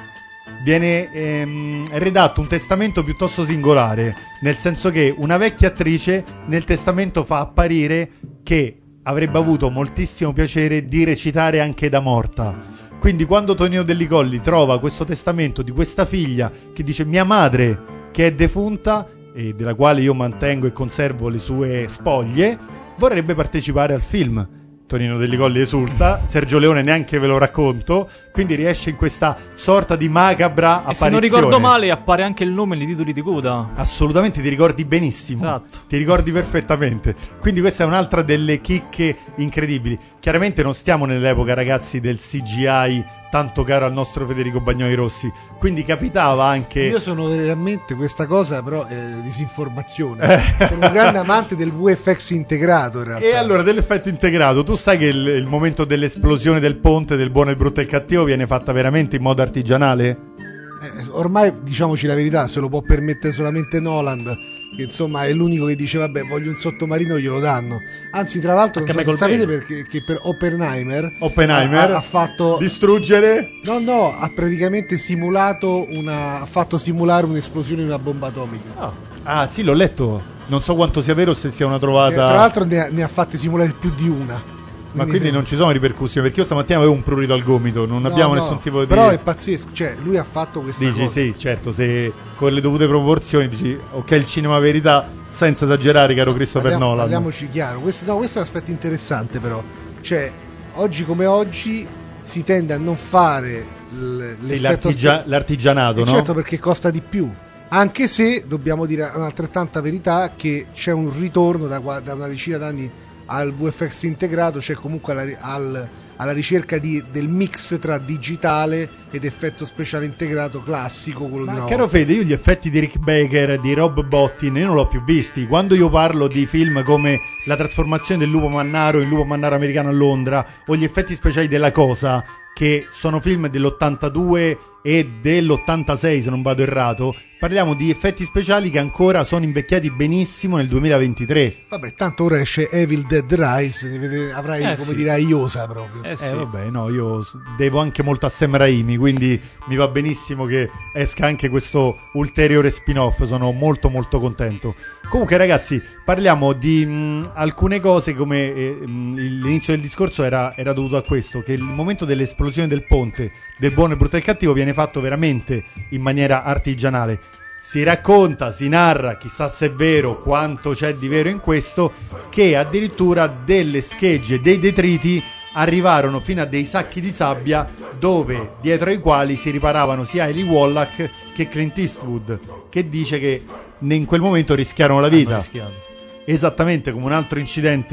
viene redatto un testamento piuttosto singolare, nel senso che una vecchia attrice nel testamento fa apparire che avrebbe avuto moltissimo piacere di recitare anche da morta. Quindi quando Tonino Dellicolli trova questo testamento di questa figlia che dice: mia madre, che è defunta e della quale io mantengo e conservo le sue spoglie, vorrebbe partecipare al film. Tonino Dellicolli esulta, Sergio Leone neanche ve lo racconto, quindi riesce in questa sorta di macabra apparizione. E se non ricordo male appare anche il nome nei titoli di coda. Assolutamente, ti ricordi benissimo. Esatto. Ti ricordi perfettamente. Quindi questa è un'altra delle chicche incredibili. Chiaramente non stiamo nell'epoca, ragazzi, del CGI tanto caro al nostro Federico Bagnoli Rossi, quindi capitava anche... Io sono veramente, questa cosa però è disinformazione. Sono un grande amante del VFX integrato in realtà. E allora, dell'effetto integrato, tu sai che il momento dell'esplosione del ponte del buono, il brutto e il cattivo viene fatta veramente in modo artigianale? Ormai, diciamoci la verità, se lo può permettere solamente Nolan, che insomma è l'unico che dice vabbè, voglio un sottomarino, glielo danno. Anzi, tra l'altro non so se sapete perché che per Oppenheimer ha fatto distruggere? No, ha praticamente simulato ha fatto simulare un'esplosione di una bomba atomica. Ah sì, l'ho letto. Non so quanto sia vero, se sia una trovata. Tra l'altro ne ha fatte simulare più di una. Ma quindi non ci sono ripercussioni? Perché io stamattina avevo un prurito al gomito, non abbiamo nessun tipo di... Però è pazzesco, cioè lui ha fatto questa cosa. Sì, certo, se con le dovute proporzioni dici ok, il cinema verità, senza esagerare, caro Christopher Nolan. Parliamoci chiaro, questo è un aspetto interessante però. Cioè, oggi come oggi si tende a non fare l'artigianato, no? Certo, perché costa di più. Anche se dobbiamo dire un'altrettanta verità, che c'è un ritorno da una decina d'anni al VFX integrato, cioè comunque alla ricerca del mix tra digitale ed effetto speciale integrato classico, quello di caro Fede, io gli effetti di Rick Baker, di Rob Bottin, io non l'ho più visti. Quando io parlo di film come la trasformazione del lupo mannaro, il lupo mannaro americano a Londra, o gli effetti speciali della Cosa, che sono film dell'82 e dell'86 se non vado errato, parliamo di effetti speciali che ancora sono invecchiati benissimo nel 2023. Vabbè, tanto ora esce Evil Dead Rise, avrai come dire Iosa proprio. Vabbè, no, io devo anche molto a Sam Raimi, quindi mi va benissimo che esca anche questo ulteriore spin-off, sono molto molto contento. Comunque ragazzi, parliamo di alcune cose, come l'inizio del discorso era dovuto a questo, che il momento dell'esplosione del ponte del buono, il brutto e il cattivo viene fatto veramente in maniera artigianale. Si racconta, si narra, chissà se è vero, quanto c'è di vero in questo, che addirittura delle schegge, dei detriti arrivarono fino a dei sacchi di sabbia, dove dietro ai quali si riparavano sia Eli Wallach che Clint Eastwood, che dice che in quel momento rischiarono la vita. Esattamente come un altro incidente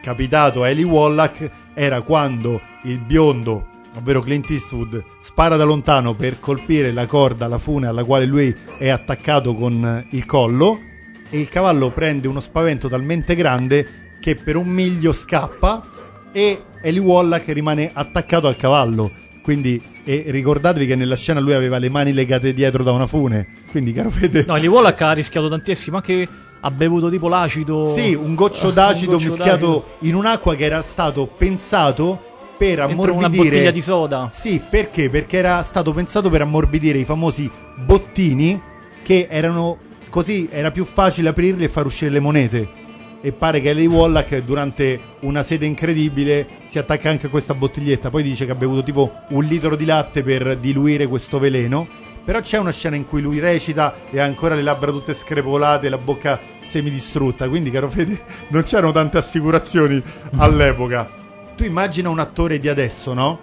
capitato a Eli Wallach era quando il biondo, ovvero Clint Eastwood, spara da lontano per colpire la corda, la fune alla quale lui è attaccato con il collo, e il cavallo prende uno spavento talmente grande che per un miglio scappa e Eli Wallach rimane attaccato al cavallo. Quindi ricordatevi che nella scena lui aveva le mani legate dietro da una fune. Quindi, caro Fede, No, Eli Wallach ha rischiato tantissimo, anche ha bevuto tipo l'acido. sì, un goccio d'acido mischiato in un'acqua che era stato pensato per dentro ammorbidire una bottiglia di soda. Sì, perché? Perché era stato pensato per ammorbidire i famosi bottini, che erano così, era più facile aprirli e far uscire le monete. E pare che Eli Wallach durante una sete incredibile si attacca anche a questa bottiglietta. Poi dice che ha bevuto tipo 1 litro di latte per diluire questo veleno. Però c'è una scena in cui lui recita e ha ancora le labbra tutte screpolate, la bocca semidistrutta. Quindi, caro Fede, non c'erano tante assicurazioni all'epoca. Tu immagina un attore di adesso, no?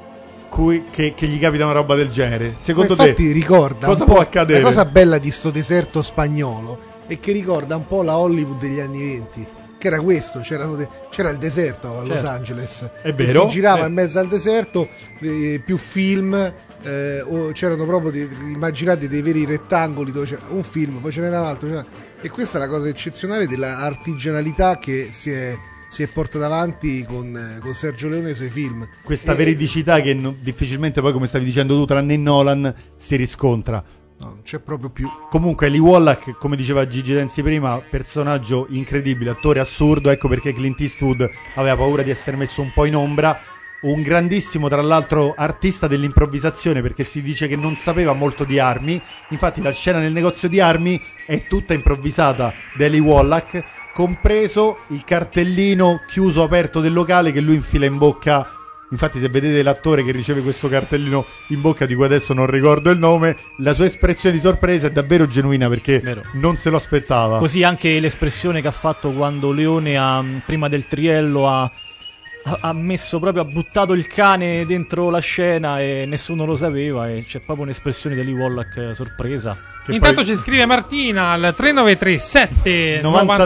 Che gli capita una roba del genere. Secondo te infatti ricorda cosa un po', può accadere? La cosa bella di sto deserto spagnolo è che ricorda un po' la Hollywood degli anni 20, che era questo, c'era il deserto a Los Angeles, è vero, si girava in mezzo al deserto, più film, c'erano proprio immaginate dei veri rettangoli dove c'era un film, poi ce n'era un altro, e questa è la cosa eccezionale della artigianalità che si è portata avanti con Sergio Leone e i suoi film. Questa veridicità che difficilmente poi, come stavi dicendo tu, tranne in Nolan, si riscontra. No, non c'è proprio più. Comunque Eli Wallach, come diceva Gigi Tenzi prima, personaggio incredibile, attore assurdo, ecco perché Clint Eastwood aveva paura di essere messo un po' in ombra. Un grandissimo, tra l'altro, artista dell'improvvisazione, perché si dice che non sapeva molto di armi. Infatti la scena nel negozio di armi è tutta improvvisata da Eli Wallach, compreso il cartellino chiuso aperto del locale che lui infila in bocca. Infatti, se vedete l'attore che riceve questo cartellino in bocca, di cui adesso non ricordo il nome, la sua espressione di sorpresa è davvero genuina, perché non se lo aspettava. Così anche l'espressione che ha fatto quando Leone prima del triello ha messo proprio, ha buttato il cane dentro la scena e nessuno lo sapeva, e c'è proprio un'espressione di Eli Wallach sorpresa. Che intanto ci scrive Martina al 3937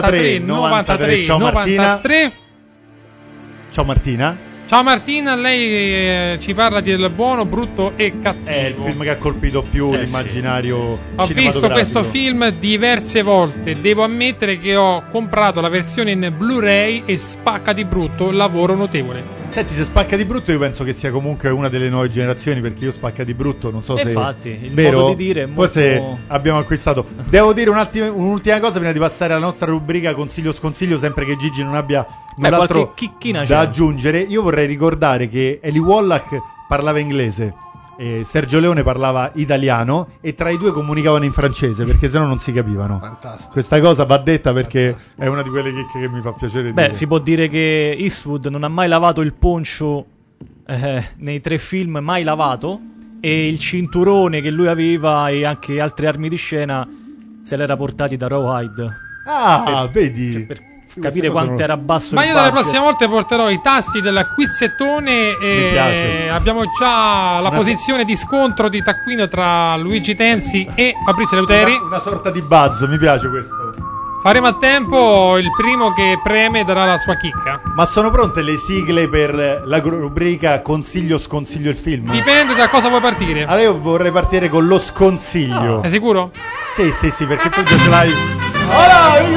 93. Ciao Martina. 93. Ciao Martina. Ciao Martina, lei ci parla del buono, brutto e cattivo. È il film che ha colpito più l'immaginario Ho visto questo film diverse volte. Devo ammettere che ho comprato la versione in Blu-ray e spacca di brutto, lavoro notevole. Senti, se spacca di brutto io penso che sia comunque una delle nuove generazioni, perché io spacca di brutto non so se infatti, il vero, modo di dire è molto... forse abbiamo acquistato. Devo dire un'ultima cosa prima di passare alla nostra rubrica consiglio sconsiglio, sempre che Gigi non abbia null'altro da aggiungere. Io vorrei ricordare che Eli Wallach parlava inglese, Sergio Leone parlava italiano, e tra i due comunicavano in francese, perché sennò non si capivano. Fantastico. Questa cosa va detta perché è una di quelle chicche che mi fa piacere dire. Si può dire che Eastwood non ha mai lavato il poncio nei 3 film, mai lavato, e il cinturone che lui aveva e anche altre armi di scena se l'era portati da Rawhide. Vedi, per capire quanto era basso. Ma il io dalle budget. prossime volte porterò i tasti del quizzettone e abbiamo già la posizione di scontro di taccuino tra Luigi Tenzi e Fabrizio Leuteri. Una sorta di buzz, mi piace questo. Faremo a tempo, il primo che preme darà la sua chicca. Ma sono pronte le sigle per la rubrica consiglio sconsiglio il film? Dipende da cosa vuoi partire. Allora io vorrei partire con lo sconsiglio. Sei sicuro? Sì, perché tu già ce l'hai. Hola, amico!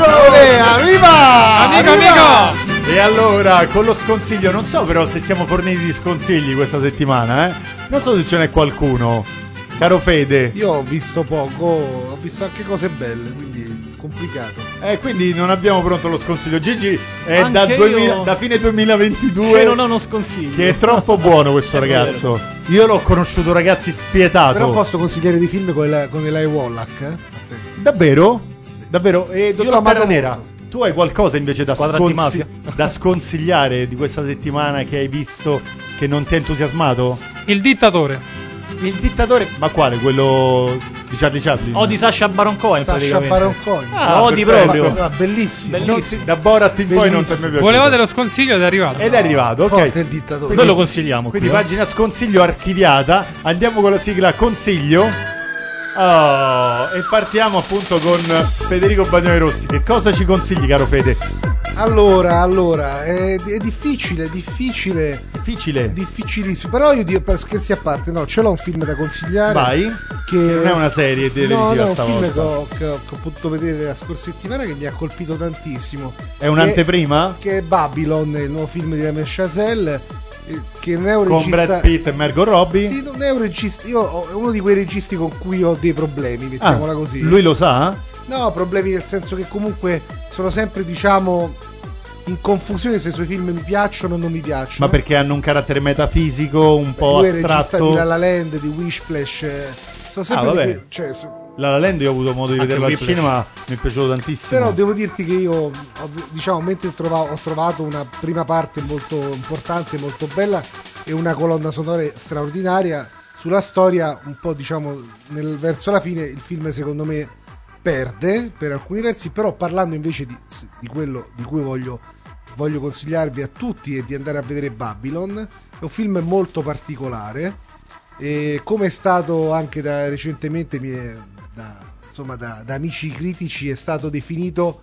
Arriva! Amico! E allora, con lo sconsiglio, non so però se siamo forniti di sconsigli questa settimana, Non so se ce n'è qualcuno. Caro Fede. Io ho visto poco, ho visto anche cose belle, quindi complicato. Quindi non abbiamo pronto lo sconsiglio. Gigi è Anche da fine 2022 che non ho uno sconsiglio. che è troppo buono questo ragazzo. Io l'ho conosciuto, ragazzi, spietato. Però posso consigliare dei film con Eli Wallach? Davvero? E Dottor Terra Nera, molto. tu hai qualcosa invece da Squadra antimafia. da sconsigliare di questa settimana che hai visto che non ti ha entusiasmato? Il dittatore. Il dittatore, ma quale? Quello di Charlie Chaplin? O di Sacha Baron Cohen. Sacha Baron Cohen. Lo odi perfetto. proprio. Bellissimo. Da Borat in poi non ti è mai piaciuto. Volevate lo sconsiglio ed è arrivato. Ed è arrivato, ok. Forte il dittatore. Noi lo consigliamo. Quindi qui, pagina sconsiglio archiviata. Andiamo con la sigla consiglio. E partiamo appunto con Federico Bagnoli Rossi. Che cosa ci consigli, caro Fede? Allora, è difficilissimo. Però io dico, per scherzi a parte, no, ce l'ho un film da consigliare. Vai. Che non è una serie televisiva, no, stavolta. È un film che ho potuto vedere la scorsa settimana che mi ha colpito tantissimo. È un'anteprima? Che è Babylon, il nuovo film di Damien Chazelle, che non è un regista... Con Brad Pitt e Margot Robbie? Sì, non è un regista. È uno di quei registi con cui ho dei problemi, mettiamola così. Lui lo sa? No, problemi nel senso che comunque sono sempre, diciamo, in confusione se i suoi film mi piacciono o non mi piacciono. Ma perché hanno un carattere metafisico un po' lui astratto? Lui è regista di La La Land, di Wishplash. Sono sempre La La Land io ho avuto modo di vederlo al cinema, mi è piaciuto tantissimo. Però devo dirti che io, diciamo, mentre ho trovato una prima parte molto importante, molto bella e una colonna sonora straordinaria, sulla storia un po', diciamo, verso la fine il film secondo me perde per alcuni versi. Però parlando invece di quello di cui voglio consigliarvi a tutti e di andare a vedere Babylon, è un film molto particolare e come è stato anche recentemente da amici critici è stato definito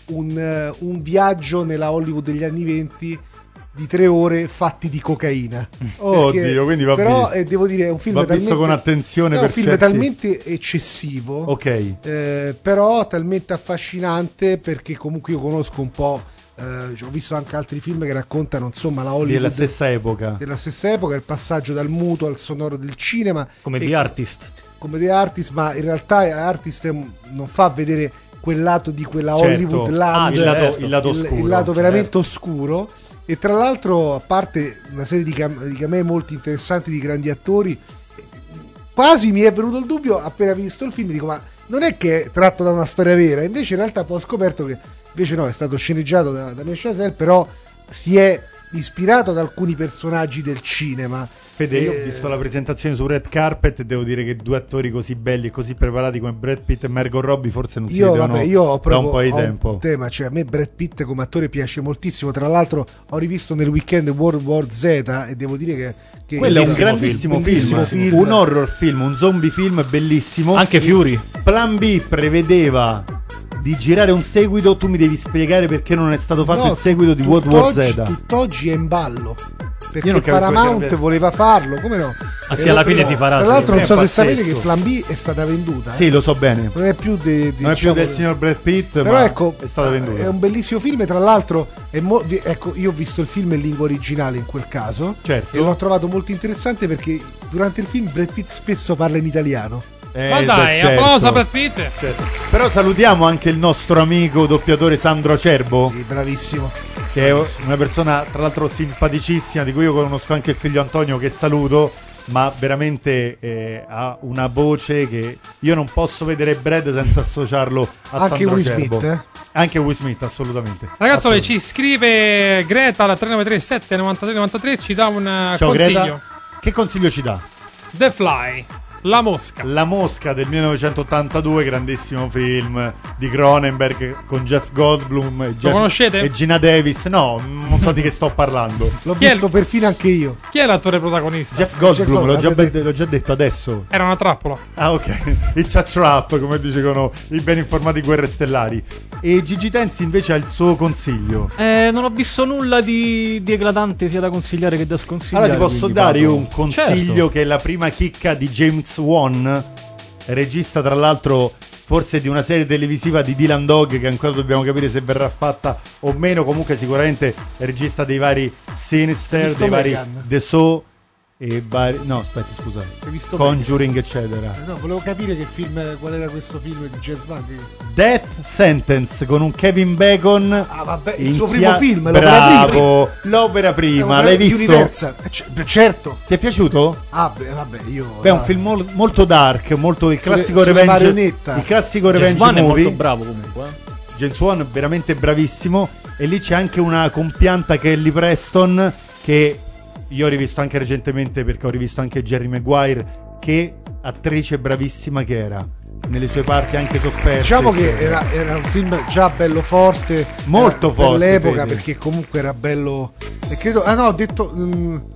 un viaggio nella Hollywood degli anni 20 di 3 ore fatti di cocaina. Oddio, quindi va bene. Però devo dire è un film visto con attenzione, è un film talmente eccessivo, ok, però talmente affascinante, perché comunque io conosco un po', ho visto anche altri film che raccontano insomma la Hollywood della stessa epoca, il passaggio dal muto al sonoro del cinema, come The Artist, ma in realtà Artist non fa vedere quel lato di quella Hollywood il lato oscuro, il lato veramente oscuro. E tra l'altro, a parte una serie di camei molto interessanti di grandi attori, quasi mi è venuto il dubbio appena visto il film, dico ma non è che è tratto da una storia vera? Invece in realtà poi ho scoperto che invece no, è stato sceneggiato da Damien Chazelle, però si è ispirato ad alcuni personaggi del cinema. Fede, io ho visto la presentazione su Red Carpet e devo dire che 2 attori così belli e così preparati come Brad Pitt e Margot Robbie forse non si vedevano da un po' di tempo. Un tema, cioè a me Brad Pitt come attore piace moltissimo. Tra l'altro ho rivisto nel weekend World War Z e devo dire che quello è un grandissimo film, un horror film, un zombie film bellissimo. Anche Fury. Plan B prevedeva di girare un seguito, tu mi devi spiegare perché non è stato fatto il seguito di World War Z. Tutt'oggi è in ballo, perché Paramount voleva farlo, come no? Sì, alla fine si farà. Tra l'altro non so se sapete che Plan B è stata venduta. Sì, lo so bene. Non è più più del signor Brad Pitt, però ma ecco, è stata venduta. È un bellissimo film, tra l'altro ecco, io ho visto il film in lingua originale in quel caso, certo, e l'ho trovato molto interessante perché durante il film Brad Pitt spesso parla in italiano. Ma dai, certo. applauso per Pitt. Certo. Però salutiamo anche il nostro amico doppiatore Sandro Acerbo. Sì, bravissimo. Che è una persona tra l'altro simpaticissima, di cui io conosco anche il figlio Antonio, che saluto, ma veramente ha una voce che io non posso vedere Brad senza associarlo a anche Sandro Will Acerbo. Smith, Anche Will Smith, assolutamente. Ragazzi, ci scrive Greta alla 3937 93 ci dà un Ciao, consiglio. Greta. Che consiglio ci dà? The Fly. La Mosca. La Mosca del 1982, grandissimo film di Cronenberg con Jeff Goldblum Lo conoscete? e Gina Davis. No, non so di che sto parlando. L'ho visto perfino anche io. Chi è l'attore protagonista? Jeff Goldblum, l'ho già detto adesso. Era una trappola. Ah, ok. It's a trap, come dicono i ben informati Guerre Stellari. E Gigi Tenzi invece ha il suo consiglio. Non ho visto nulla di eclatante sia da consigliare che da sconsigliare. Allora ti posso dare io un consiglio, certo, che è la prima chicca di James Wan, regista tra l'altro forse di una serie televisiva di Dylan Dog, che ancora dobbiamo capire se verrà fatta o meno. Comunque sicuramente è regista dei vari Sinister, dei vari The Saw e vari... no aspetta, scusa, Conjuring eccetera. No, volevo capire qual era questo film di James Wan. Death Sentence con un Kevin Bacon. Ah vabbè, il suo primo film, bravo, l'opera prima, l'hai visto? Certo. Ti è piaciuto? Ah beh, vabbè, io... Beh, è un film molto dark, molto il classico revenge, il classico revenge movie. James Wan è molto bravo comunque, James Wan è veramente bravissimo. E lì c'è anche una compianta Kelly Preston, che io ho rivisto anche recentemente perché ho rivisto anche Jerry Maguire. Che attrice bravissima che era nelle sue parti anche sofferte. Diciamo che era un film già bello forte, molto forte per l'epoca, Fede, perché comunque era bello. E credo ho detto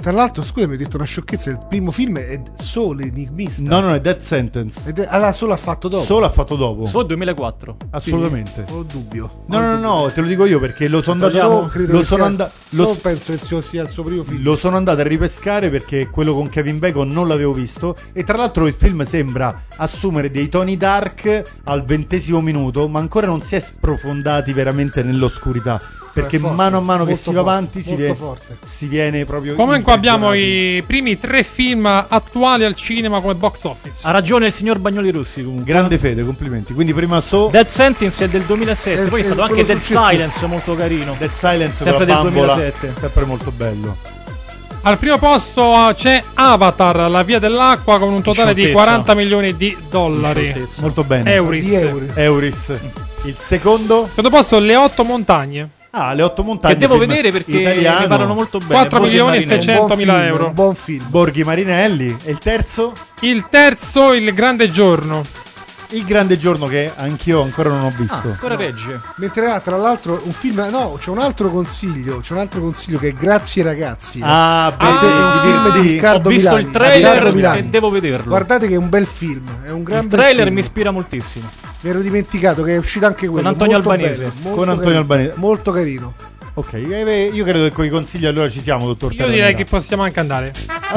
Tra l'altro, scusa, mi hai detto una sciocchezza. Il primo film è solo enigmista. No, è Death Sentence. Allora solo ha fatto dopo. Solo ha fatto dopo. Solo 2004. Assolutamente. Ho dubbio. No, te lo dico io perché lo sono andato. Penso che sia il suo primo film. Lo sono andato a ripescare perché quello con Kevin Bacon non l'avevo visto. E tra l'altro il film sembra assumere dei toni dark al 20° minuto, ma ancora non si è sprofondati veramente nell'oscurità. Perché mano a mano che si va avanti si viene proprio. Comunque abbiamo i primi 3 film attuali al cinema come box office. Ha ragione il signor Bagnoli Rossi comunque. Grande fede, complimenti. Quindi prima Death Sentence è del 2007, poi è stato anche Dead Silence, molto carino. Dead Silence sempre del bambola, 2007. sempre molto bello. Al primo posto c'è Avatar, la via dell'acqua, con un totale di 40 milioni di dollari. Molto bene. Euris. Il secondo posto, Le 8 montagne. Le 8 montagne. Che devo vedere perché ne parlano molto bene. 4 milioni e 600 mila euro. Un buon film. Borghi Marinelli. E il terzo? Il terzo, Il grande giorno. Il grande giorno, che anch'io ancora non ho visto. Ancora regge. Mentre tra l'altro un film. No, c'è un altro consiglio. Che è Grazie ragazzi. Il film di Riccardo Ho visto Milani, il trailer e devo vederlo. Guardate che è un bel film. È un gran il bel trailer film. mi ispira moltissimo. Mi ero dimenticato che è uscito anche quello. Con Antonio molto Albanese. Bello, Con Antonio Albanese. Molto carino. Ok, io credo che con i consigli allora ci siamo, dottor Io Terranera. direi che possiamo anche andare.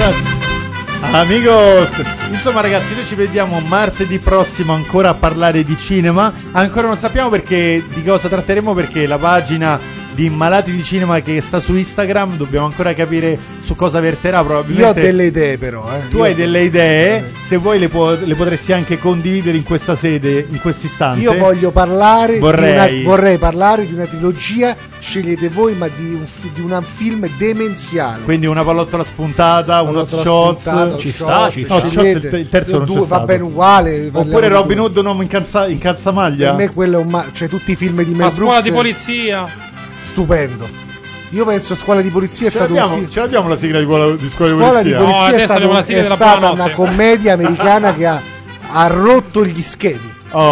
Amigos, insomma ragazzi, noi ci vediamo martedì prossimo ancora a parlare di cinema. Ancora non sappiamo perché di cosa tratteremo, perché la pagina di Malati di Cinema che sta su Instagram dobbiamo ancora capire su cosa verterà. Probabilmente io ho delle idee però tu hai delle idee, se vuoi le potresti anche condividere in questa sede, in questo istante. Io voglio parlare vorrei parlare di una trilogia, scegliete voi, ma di un film demenziale. Quindi una pallottola spuntata, un hot shots. Ci sta. Il terzo non c'è stato. Va bene uguale. Oppure Robin Hood, un uomo in calzamaglia. Per me quello è cioè tutti i film di Mel Brooks. La scuola di polizia. Stupendo. Io penso Scuola di polizia è stato un film. Ce l'abbiamo la sigla di Scuola di polizia. Scuola di polizia è stata una commedia americana che ha rotto gli schemi.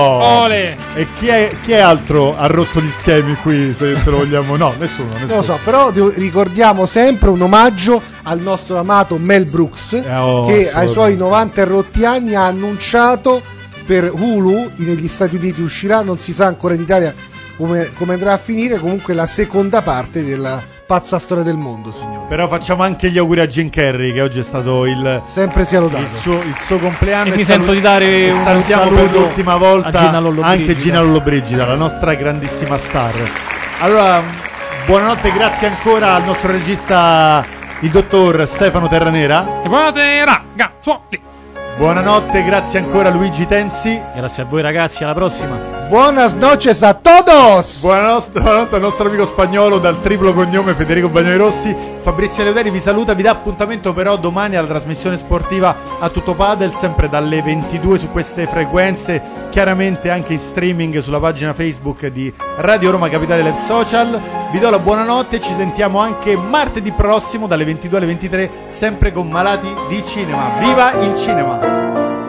Ole. E chi è altro ha rotto gli schemi qui, se lo vogliamo? No, nessuno. Non lo so, però ricordiamo sempre un omaggio al nostro amato Mel Brooks, che ai suoi 90 rotti anni ha annunciato per Hulu, negli Stati Uniti uscirà, non si sa ancora in Italia come andrà a finire, comunque la seconda parte della pazza storia del mondo, signori. Però facciamo anche gli auguri a Jim Carrey, che oggi è stato sempre sia lodato il suo compleanno, e mi sento di dare un salutiamo per l'ultima volta anche Gina Lollobrigida, la nostra grandissima star. Allora, buonanotte, grazie ancora al nostro regista, il dottor Stefano Terranera. E buonanotte ragazzuoli. Buonanotte, grazie ancora Luigi Tensi. Grazie a voi ragazzi, alla prossima. Buenas noches a todos. Buonanotte al nostro amico spagnolo dal triplo cognome Federico Bagnoli Rossi. Fabrizio Leoderi vi saluta, vi dà appuntamento però domani alla trasmissione sportiva A Tutto Padel, sempre dalle 22 su queste frequenze, chiaramente anche in streaming sulla pagina Facebook di Radio Roma Capitale Live Social. Vi do la buonanotte, ci sentiamo anche martedì prossimo dalle 22 alle 23, sempre con Malati di Cinema. Viva il cinema!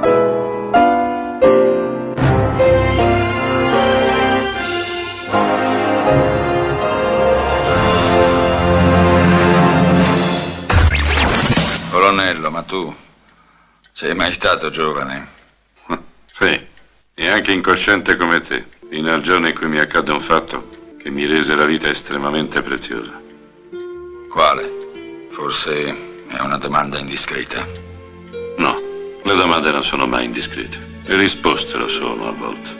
Colonnello, ma tu sei mai stato giovane? Sì, e anche incosciente come te, fino al giorno in cui mi accadde un fatto che mi rese la vita estremamente preziosa. Quale? Forse è una domanda indiscreta. No, le domande non sono mai indiscrete, le risposte lo sono a volte.